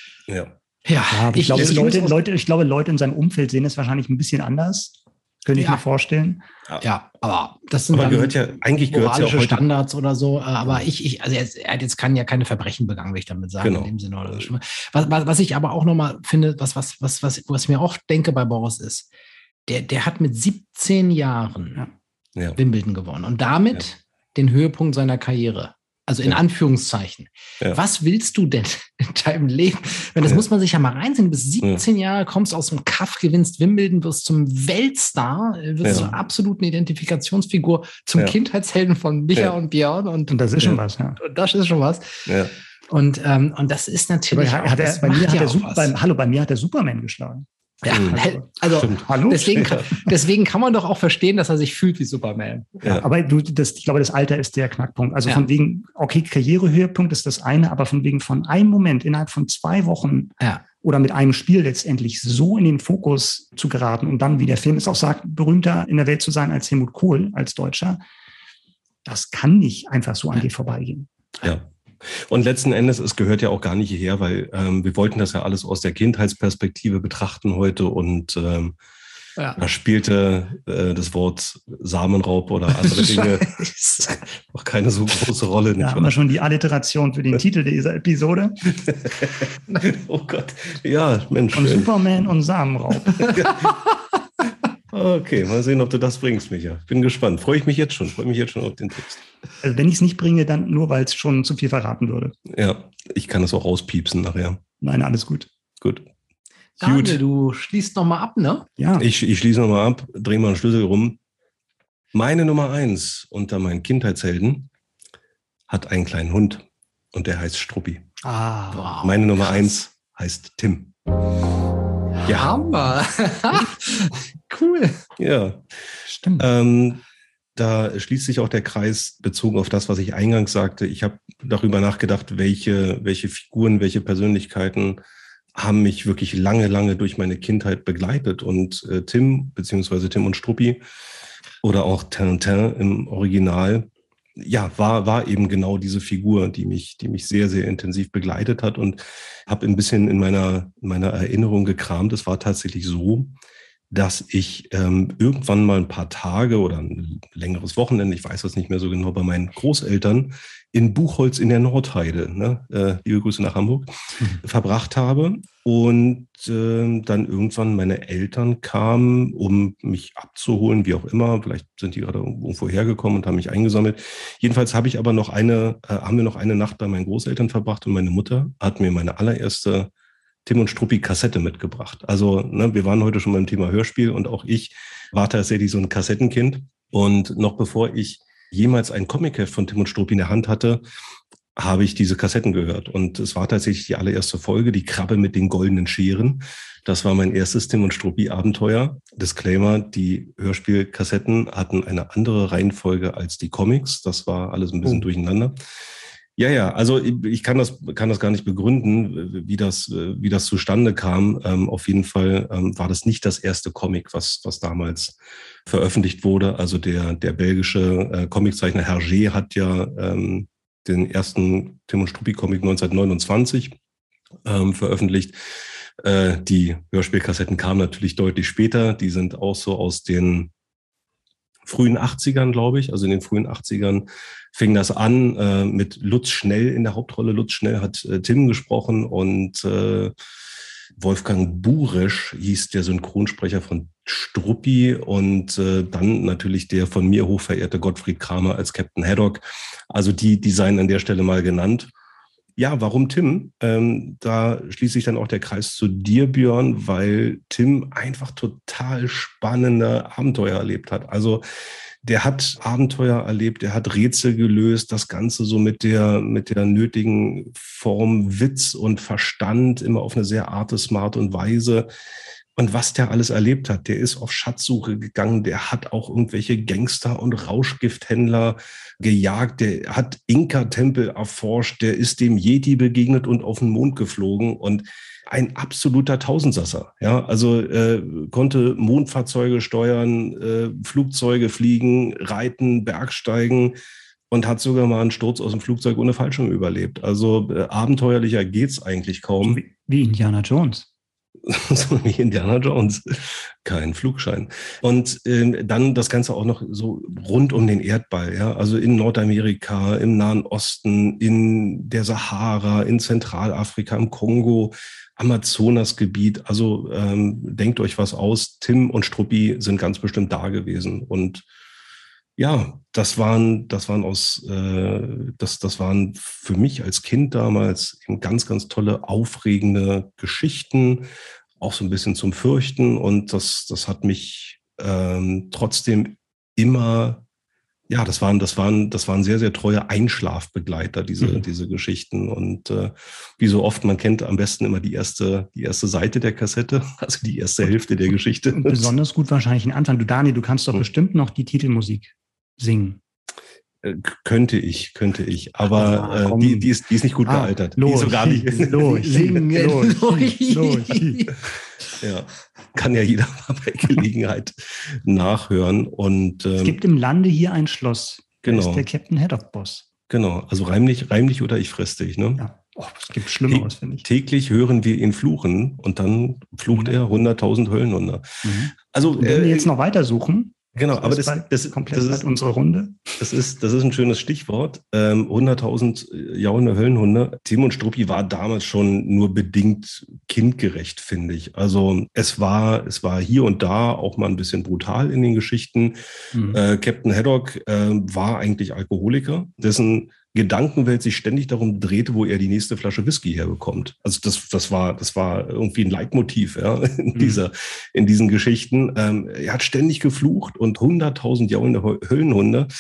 ich glaube, Leute in seinem Umfeld sehen es wahrscheinlich ein bisschen anders. Könnte ich mir vorstellen. Ja, aber das sind moralische Standards oder so. Aber also er hat jetzt keine Verbrechen begangen, will ich damit sagen. Genau. In dem Sinne oder so. Was ich aber auch nochmal finde, was ich mir auch denke bei Boris ist, der hat mit 17 Jahren Wimbledon gewonnen und damit den Höhepunkt seiner Karriere. Also in Anführungszeichen. Ja. Was willst du denn in deinem Leben? Das muss man sich ja mal reinziehen. Du bist 17 Jahre, kommst aus dem Kaff, gewinnst Wimbledon, wirst zum Weltstar, wirst zur absoluten Identifikationsfigur, zum Kindheitshelden von Micha und Björn. Und das ist schon was, ja. Und das ist schon was. Ja. Und das ist natürlich bei mir hat er Superman geschlagen. Ja, also deswegen kann man doch auch verstehen, dass er sich fühlt wie Superman. Ja. Aber ich glaube, das Alter ist der Knackpunkt. Also von wegen, okay, Karrierehöhepunkt ist das eine, aber von wegen von einem Moment innerhalb von 2 Wochen oder mit einem Spiel letztendlich so in den Fokus zu geraten und dann, wie der Film es auch sagt, berühmter in der Welt zu sein als Helmut Kohl, als Deutscher, das kann nicht einfach so an dir vorbeigehen. Ja. Und letzten Endes, es gehört ja auch gar nicht hierher, weil wir wollten das ja alles aus der Kindheitsperspektive betrachten heute und da spielte das Wort Samenraub oder andere Dinge auch keine so große Rolle. Da haben wir schon die Alliteration für den Titel dieser Episode. Oh Gott, ja, Mensch. Von Superman und Samenraub. Okay, mal sehen, ob du das bringst, Micha. Bin gespannt. Freue mich jetzt schon auf den Text. Also wenn ich es nicht bringe, dann nur, weil es schon zu viel verraten würde. Ja, ich kann es auch rauspiepsen nachher. Nein, alles gut. Gut. Daniel, du schließt nochmal ab, ne? Ja. Ich schließe nochmal ab, drehe mal einen Schlüssel rum. Meine Nummer 1 unter meinen Kindheitshelden hat einen kleinen Hund und der heißt Struppi. Wow, meine Nummer 1 heißt Tim. Ja, Hammer. Cool. Ja, stimmt. Da schließt sich auch der Kreis bezogen auf das, was ich eingangs sagte. Ich habe darüber nachgedacht, welche Figuren, welche Persönlichkeiten haben mich wirklich lange, lange durch meine Kindheit begleitet. Und Tim, beziehungsweise Tim und Struppi oder auch Tintin im Original, ja, war eben genau diese Figur, die mich sehr, sehr intensiv begleitet hat, und habe ein bisschen in meiner Erinnerung gekramt. Es war tatsächlich so, dass ich irgendwann mal ein paar Tage oder ein längeres Wochenende, ich weiß das nicht mehr so genau, bei meinen Großeltern in Buchholz in der Nordheide, liebe Grüße nach Hamburg, verbracht habe. Und dann irgendwann meine Eltern kamen, um mich abzuholen, wie auch immer. Vielleicht sind die gerade irgendwo hergekommen und haben mich eingesammelt. Jedenfalls haben wir noch eine Nacht bei meinen Großeltern verbracht, und meine Mutter hat mir meine allererste Tim und Struppi Kassette mitgebracht. Also wir waren heute schon beim Thema Hörspiel, und auch ich war tatsächlich so ein Kassettenkind. Und noch bevor ich jemals ein Comicheft von Tim und Struppi in der Hand hatte, habe ich diese Kassetten gehört. Und es war tatsächlich die allererste Folge, die Krabbe mit den goldenen Scheren. Das war mein erstes Tim und Struppi Abenteuer. Disclaimer, die Hörspielkassetten hatten eine andere Reihenfolge als die Comics. Das war alles ein bisschen durcheinander. Ja, also ich kann das gar nicht begründen, wie das zustande kam. Auf jeden Fall war das nicht das erste Comic, was damals veröffentlicht wurde. Also der belgische Comiczeichner Hergé hat ja den ersten Tim und Struppi Comic 1929 veröffentlicht. Die Hörspielkassetten kamen natürlich deutlich später. Die sind auch so aus den frühen 80ern, glaube ich. Also in den frühen 80ern fing das an mit Lutz Schnell in der Hauptrolle. Lutz Schnell hat Tim gesprochen, und Wolfgang Buresch hieß der Synchronsprecher von Struppi, und dann natürlich der von mir hochverehrte Gottfried Kramer als Captain Haddock. Also die seien an der Stelle mal genannt. Ja, warum Tim? Da schließt sich dann auch der Kreis zu dir, Björn, weil Tim einfach total spannende Abenteuer erlebt hat. Also der hat Abenteuer erlebt, der hat Rätsel gelöst, das Ganze so mit der nötigen Form Witz und Verstand, immer auf eine sehr smart und Weise. Und was der alles erlebt hat, der ist auf Schatzsuche gegangen, der hat auch irgendwelche Gangster und Rauschgifthändler gejagt, der hat Inka-Tempel erforscht, der ist dem Yeti begegnet und auf den Mond geflogen und ein absoluter Tausendsasser. Ja, also konnte Mondfahrzeuge steuern, Flugzeuge fliegen, reiten, Bergsteigen und hat sogar mal einen Sturz aus dem Flugzeug ohne Fallschirm überlebt. Also abenteuerlicher geht's eigentlich kaum. Wie Indiana Jones. So wie Indiana Jones. Kein Flugschein. Und dann das Ganze auch noch so rund um den Erdball, ja, also in Nordamerika, im Nahen Osten, in der Sahara, in Zentralafrika, im Kongo, Amazonasgebiet. Also denkt euch was aus. Tim und Struppi sind ganz bestimmt da gewesen. Und ja, das waren für mich als Kind damals eben ganz, ganz tolle, aufregende Geschichten, auch so ein bisschen zum Fürchten. Und das hat mich trotzdem immer, ja, das waren sehr, sehr treue Einschlafbegleiter, diese Geschichten. Und wie so oft, man kennt am besten immer die erste Seite der Kassette, also die erste Hälfte der Geschichte. Und besonders gut wahrscheinlich den Anfang. Du, Daniel, du kannst doch bestimmt noch die Titelmusik singen. Könnte ich, aber die ist nicht gut gealtert. Die ist so gar nicht. Ja, kann ja jeder mal bei Gelegenheit nachhören. Und es gibt im Lande hier ein Schloss. Genau. Das ist der Captain Haddock Boss. Genau, also reimlich oder ich fress dich, ne? Ja. Es gibt Schlimmeres, finde ich. Täglich hören wir ihn fluchen und dann flucht er 100.000 Höllenhunde. Mhm. Also wenn wir jetzt noch weiter suchen. Genau, aber das ist unsere Runde. Das ist ein schönes Stichwort. 100.000 jaulende Höllenhunde. Tim und Struppi war damals schon nur bedingt kindgerecht, finde ich. Also es war hier und da auch mal ein bisschen brutal in den Geschichten. Captain Haddock war eigentlich Alkoholiker, dessen Gedankenwelt sich ständig darum drehte, wo er die nächste Flasche Whisky herbekommt. Also das war irgendwie ein Leitmotiv, ja, in diesen Geschichten. Er hat ständig geflucht und 100.000 jaulende Höllenhunde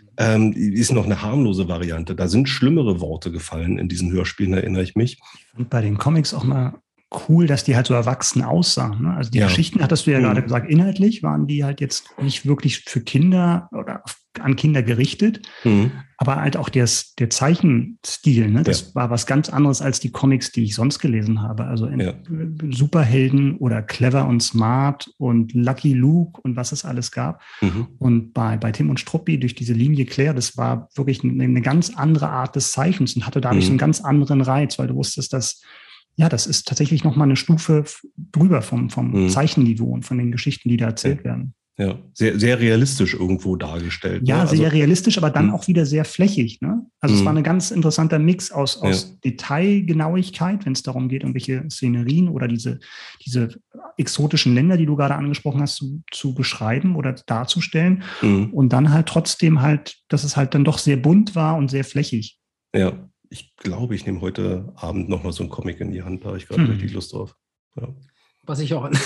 ist noch eine harmlose Variante. Da sind schlimmere Worte gefallen in diesen Hörspielen, erinnere ich mich. Ich fand bei den Comics auch mal cool, dass die halt so erwachsen aussahen. Ne? Also die Geschichten, hattest du ja gerade gesagt, inhaltlich waren die halt jetzt nicht wirklich für Kinder oder an Kinder gerichtet, aber halt auch der Zeichenstil, ne? Das war was ganz anderes als die Comics, die ich sonst gelesen habe. Also Superhelden oder Clever und Smart und Lucky Luke und was es alles gab. Und bei Tim und Struppi durch diese Linie Claire, das war wirklich eine ganz andere Art des Zeichens und hatte dadurch so einen ganz anderen Reiz, weil du wusstest, dass das ist tatsächlich nochmal eine Stufe drüber vom Zeichenniveau und von den Geschichten, die da erzählt werden. Ja, sehr, sehr realistisch irgendwo dargestellt. Ja, ne? Sehr realistisch, aber dann auch wieder sehr flächig. Ne? Also es war ein ganz interessanter Mix aus Detailgenauigkeit, wenn es darum geht, irgendwelche Szenerien oder diese exotischen Länder, die du gerade angesprochen hast, zu beschreiben oder darzustellen. Und dann halt trotzdem halt, dass es halt dann doch sehr bunt war und sehr flächig. Ja. Ich glaube, ich nehme heute Abend nochmal so einen Comic in die Hand, da habe ich gerade richtig Lust drauf. Ja. Was ich auch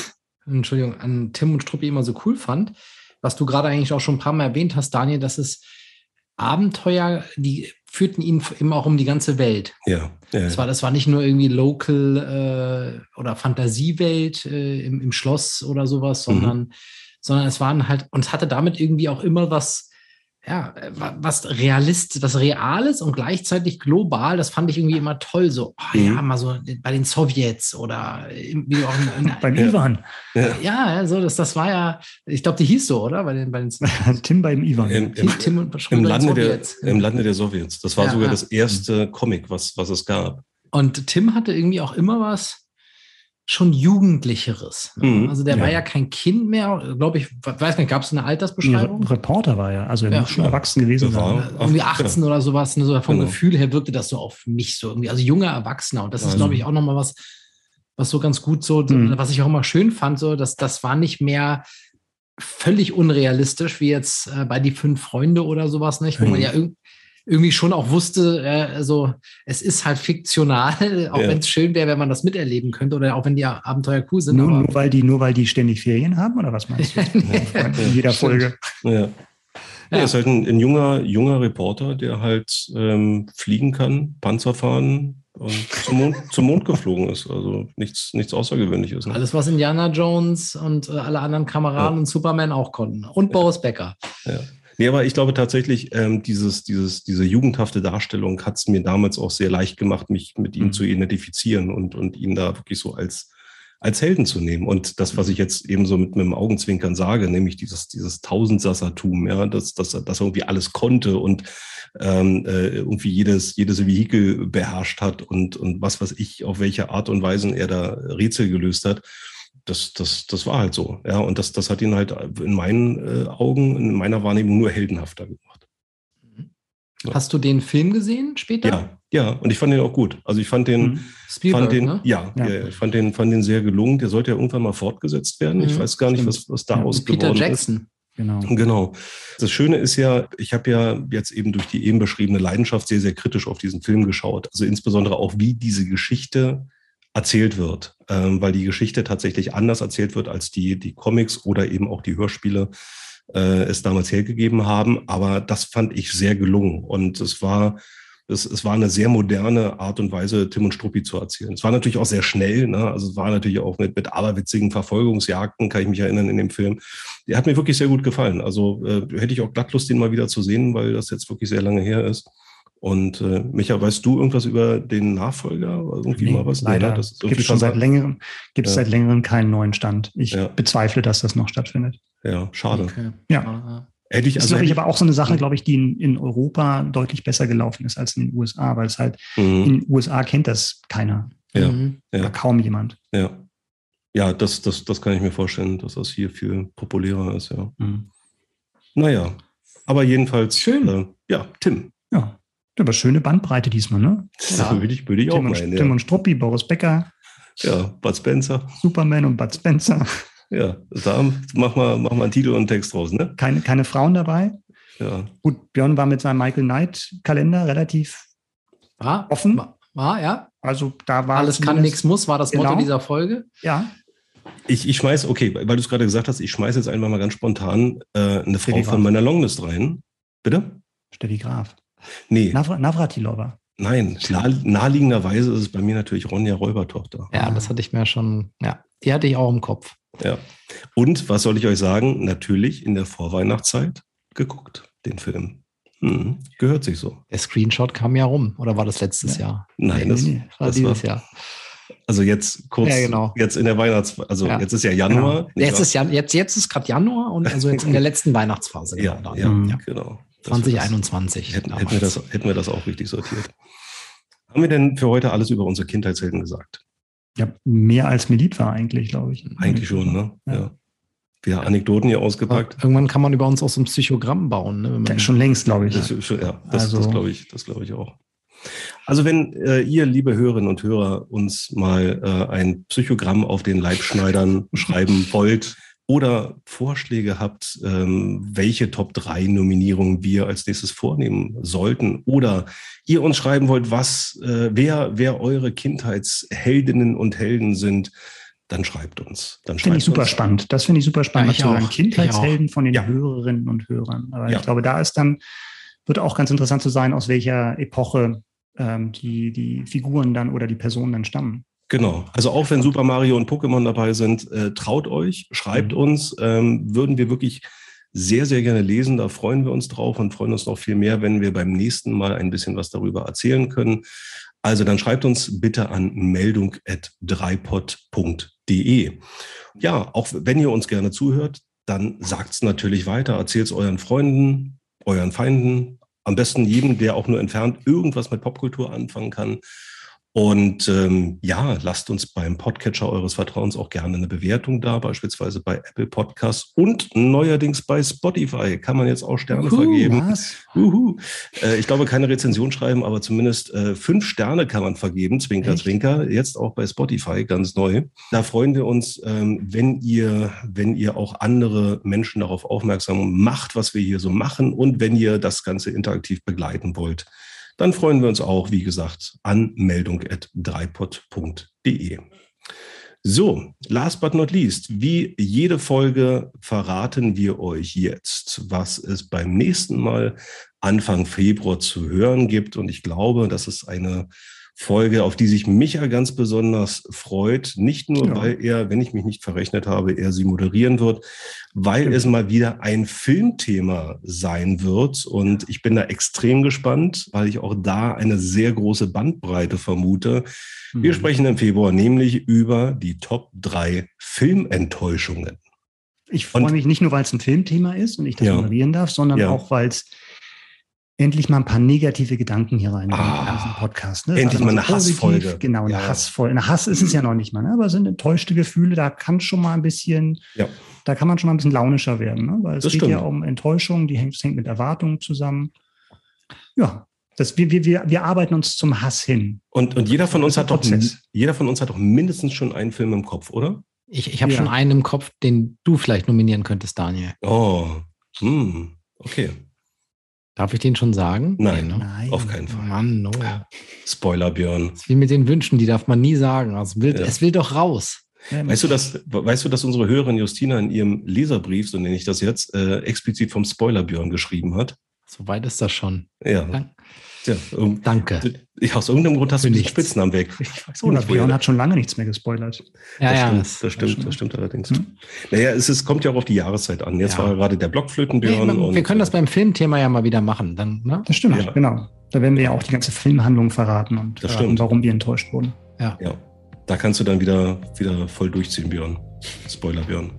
an Tim und Struppi immer so cool fand, was du gerade eigentlich auch schon ein paar Mal erwähnt hast, Daniel, dass es Abenteuer, die führten ihn immer auch um die ganze Welt. Ja. Das war nicht nur irgendwie Local oder Fantasiewelt im Schloss oder sowas, sondern es waren halt, und es hatte damit irgendwie auch immer was Reales und gleichzeitig global, das fand ich irgendwie immer toll, so, mal so bei den Sowjets oder irgendwie auch beim Ivan. Ja, so, das war ja, ich glaube, die hieß so, oder? Bei den Tim beim Ivan. Im Lande der Sowjets. Das war sogar das erste Comic, was es gab. Und Tim hatte irgendwie auch immer was schon Jugendlicheres. Ne? Also der war ja kein Kind mehr, glaube ich, weiß nicht, gab es eine Altersbeschreibung? Reporter war er, also er muss schon erwachsen gewesen sein. Irgendwie 18 oder sowas, ne? So vom Gefühl her wirkte das so auf mich so irgendwie, also junger Erwachsener. Und das ist, glaube ich, auch nochmal was so ganz gut so, was ich auch immer schön fand, so, dass das war nicht mehr völlig unrealistisch, wie jetzt bei die 5 Freunde oder sowas, nicht? Wo man irgendwie schon auch wusste, also es ist halt fiktional, auch wenn es schön wäre, wenn man das miterleben könnte oder auch wenn die Abenteuer cool sind. Nur weil die ständig Ferien haben oder was meinst du? In jeder Folge. Ja. Er ist halt ein junger Reporter, der halt fliegen kann, Panzer fahren und zum Mond geflogen ist. Also nichts Außergewöhnliches. Ne? Alles, was Indiana Jones und alle anderen Kameraden und Superman auch konnten. Und Boris Becker. Ja. Nee, aber ich glaube tatsächlich, diese jugendhafte Darstellung hat es mir damals auch sehr leicht gemacht, mich mit ihm zu identifizieren und ihn da wirklich so als Helden zu nehmen. Und das, was ich jetzt eben so mit einem Augenzwinkern sage, nämlich dieses Tausendsassertum, ja, dass er irgendwie alles konnte und irgendwie jedes Vehikel beherrscht hat und was weiß ich, auf welche Art und Weise er da Rätsel gelöst hat. Das war halt so, ja, und das hat ihn halt in meinen Augen, in meiner Wahrnehmung nur heldenhafter gemacht. Ja. Hast du den Film gesehen später? Ja, und ich fand den auch gut. Also ich fand den, Spielberg, ne? Ich fand den sehr gelungen. Der sollte ja irgendwann mal fortgesetzt werden. Ich weiß gar nicht, was daraus geworden ist. Peter Jackson. Genau. Das Schöne ist ja, ich habe ja jetzt eben durch die eben beschriebene Leidenschaft sehr, sehr kritisch auf diesen Film geschaut. Also insbesondere auch, wie diese Geschichte erzählt wird, weil die Geschichte tatsächlich anders erzählt wird, als die Comics oder eben auch die Hörspiele es damals hergegeben haben. Aber das fand ich sehr gelungen. Und es war eine sehr moderne Art und Weise, Tim und Struppi zu erzählen. Es war natürlich auch sehr schnell, ne? Also es war natürlich auch mit aberwitzigen Verfolgungsjagden, kann ich mich erinnern, in dem Film. Der hat mir wirklich sehr gut gefallen. Also hätte ich auch glatt Lust, den mal wieder zu sehen, weil das jetzt wirklich sehr lange her ist. Und Micha, weißt du irgendwas über den Nachfolger? Irgendwie mal was? Leider. Das gibt es seit längerem keinen neuen Stand. Ich bezweifle, dass das noch stattfindet. Ja, schade. Okay. Ja. Das ist, glaube ich, aber auch so eine Sache, glaube ich, die in Europa deutlich besser gelaufen ist als in den USA, weil es halt in den USA kennt das keiner. Oder kaum jemand. Ja, das kann ich mir vorstellen, dass das hier viel populärer ist, ja. Naja, aber jedenfalls, schön. Tim. Ja, aber schöne Bandbreite diesmal, ne? Ja, würde ich auch meinen. Tim und Struppi, Boris Becker. Ja, Bud Spencer. Superman und Bud Spencer. Ja, da mach mal einen Titel und einen Text draus, ne? Keine Frauen dabei. Ja. Gut, Björn war mit seinem Michael Knight-Kalender relativ offen. Ja. Also da war alles kann, nichts muss, war das Motto dieser Folge. Ja. Ich schmeiß, okay, weil du es gerade gesagt hast, ich schmeiß jetzt einfach mal ganz spontan eine Frau von meiner Longlist rein. Bitte? Steffi Graf. Nee. Navratilova. Nein, naheliegenderweise ist es bei mir natürlich Ronja Räubertochter. Ja, das hatte ich mir schon, die hatte ich auch im Kopf. Ja. Und was soll ich euch sagen? Natürlich in der Vorweihnachtszeit geguckt, den Film. Gehört sich so. Der Screenshot kam ja rum, oder war das letztes Jahr? Nein, das war dieses Jahr. Also jetzt kurz, jetzt in der jetzt ist ja Januar. Genau. Jetzt ist gerade Januar und also jetzt in der letzten Weihnachtsphase. Genau. 2021. Hätten wir das auch richtig sortiert. Haben wir denn für heute alles über unsere Kindheitshelden gesagt? Ja, mehr als mir lieb war eigentlich, glaube ich. Eigentlich schon, ne? Ja. Wir Anekdoten hier ausgepackt. Aber irgendwann kann man über uns auch so ein Psychogramm bauen. Ne? Schon längst, glaube ich. Das glaube ich auch. Also wenn ihr, liebe Hörerinnen und Hörer, uns mal ein Psychogramm auf den Leib schneidern, schreiben wollt oder Vorschläge habt, welche Top-3-Nominierungen wir als nächstes vornehmen sollten, oder ihr uns schreiben wollt, wer eure Kindheitsheldinnen und Helden sind, dann schreibt uns. Finde ich super spannend. Das finde ich super spannend, zu hören. Kindheitshelden von den Hörerinnen und Hörern. Aber ich glaube, wird auch ganz interessant zu sein, aus welcher Epoche die Figuren dann oder die Personen dann stammen. Genau. Also auch wenn Super Mario und Pokémon dabei sind, traut euch, schreibt uns. Würden wir wirklich sehr, sehr gerne lesen. Da freuen wir uns drauf und freuen uns noch viel mehr, wenn wir beim nächsten Mal ein bisschen was darüber erzählen können. Also dann schreibt uns bitte an meldung@dreipod.de. Ja, auch wenn ihr uns gerne zuhört, dann sagt es natürlich weiter. Erzählt es euren Freunden, euren Feinden, am besten jedem, der auch nur entfernt irgendwas mit Popkultur anfangen kann. Und lasst uns beim Podcatcher eures Vertrauens auch gerne eine Bewertung da, beispielsweise bei Apple Podcasts und neuerdings bei Spotify kann man jetzt auch Sterne vergeben. Was? Ich glaube, keine Rezension schreiben, aber zumindest 5 Sterne kann man vergeben, Zwinker, Echt? Zwinker, jetzt auch bei Spotify, ganz neu. Da freuen wir uns, wenn ihr auch andere Menschen darauf aufmerksam macht, was wir hier so machen und wenn ihr das Ganze interaktiv begleiten wollt. Dann freuen wir uns auch, wie gesagt, an meldung@dreipod.de. So, last but not least, wie jede Folge verraten wir euch jetzt, was es beim nächsten Mal Anfang Februar zu hören gibt. Und ich glaube, das ist eine Folge, auf die sich Micha ganz besonders freut. Nicht nur, weil er, wenn ich mich nicht verrechnet habe, er sie moderieren wird, weil es mal wieder ein Filmthema sein wird. Und ich bin da extrem gespannt, weil ich auch da eine sehr große Bandbreite vermute. Wir sprechen im Februar nämlich über die Top 3 Filmenttäuschungen. Ich freue mich nicht nur, weil es ein Filmthema ist und ich das moderieren darf, sondern auch, weil es endlich mal ein paar negative Gedanken hier rein in diesen Podcast. Ne? Endlich mal eine Hassfolge. Genau, eine Hassfolge. Eine Hass ist es ja noch nicht mal, ne? Aber es sind enttäuschte Gefühle, da kann schon mal ein bisschen, da kann man schon mal ein bisschen launischer werden, ne? Weil es geht ja um Enttäuschung, das hängt mit Erwartungen zusammen. Ja, wir arbeiten uns zum Hass hin. Und jeder von uns hat doch mindestens schon einen Film im Kopf, oder? Ich habe schon einen im Kopf, den du vielleicht nominieren könntest, Daniel. Oh, okay. Darf ich den schon sagen? Nein, auf keinen Fall. Mann, no. Spoiler, Björn. Das ist wie mit den Wünschen, die darf man nie sagen. Also es will doch raus. Weißt du, dass unsere Hörerin Justina in ihrem Leserbrief, so nenne ich das jetzt, explizit vom Spoiler Björn geschrieben hat? So weit ist das schon. Ja. Danke. Aus irgendeinem Grund hast du den Spitznamen weg. Ich weiß nicht, Björn hat schon lange nichts mehr gespoilert. Das stimmt allerdings. Naja, kommt ja auch auf die Jahreszeit an. Jetzt war gerade der Blockflötenbjörn. Wir können das beim Filmthema ja mal wieder machen. Dann, ne? Das stimmt, genau. Da werden wir ja auch die ganze Filmhandlung verraten und warum wir enttäuscht wurden. Ja. Da kannst du dann wieder voll durchziehen, Björn. Spoiler, Björn.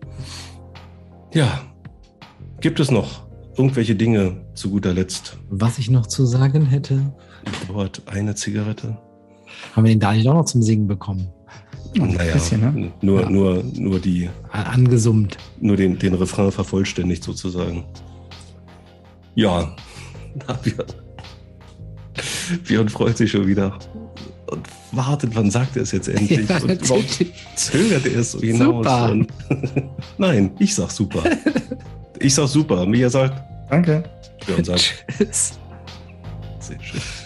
Ja. Gibt es noch irgendwelche Dinge zu guter Letzt? Was ich noch zu sagen hätte? Dauert eine Zigarette. Haben wir den Daniel auch noch zum Singen bekommen? Naja, bisschen, ne? nur die... Angesummt. Nur den Refrain vervollständigt sozusagen. Ja. Björn freut sich schon wieder. Und wartet, wann sagt er es jetzt endlich? Ja, und warum zögert er es so hinaus? Super. Und nein, ich sag super. Ich sag super. Mia sagt Danke. Björn sagt Tschüss. sehr schön.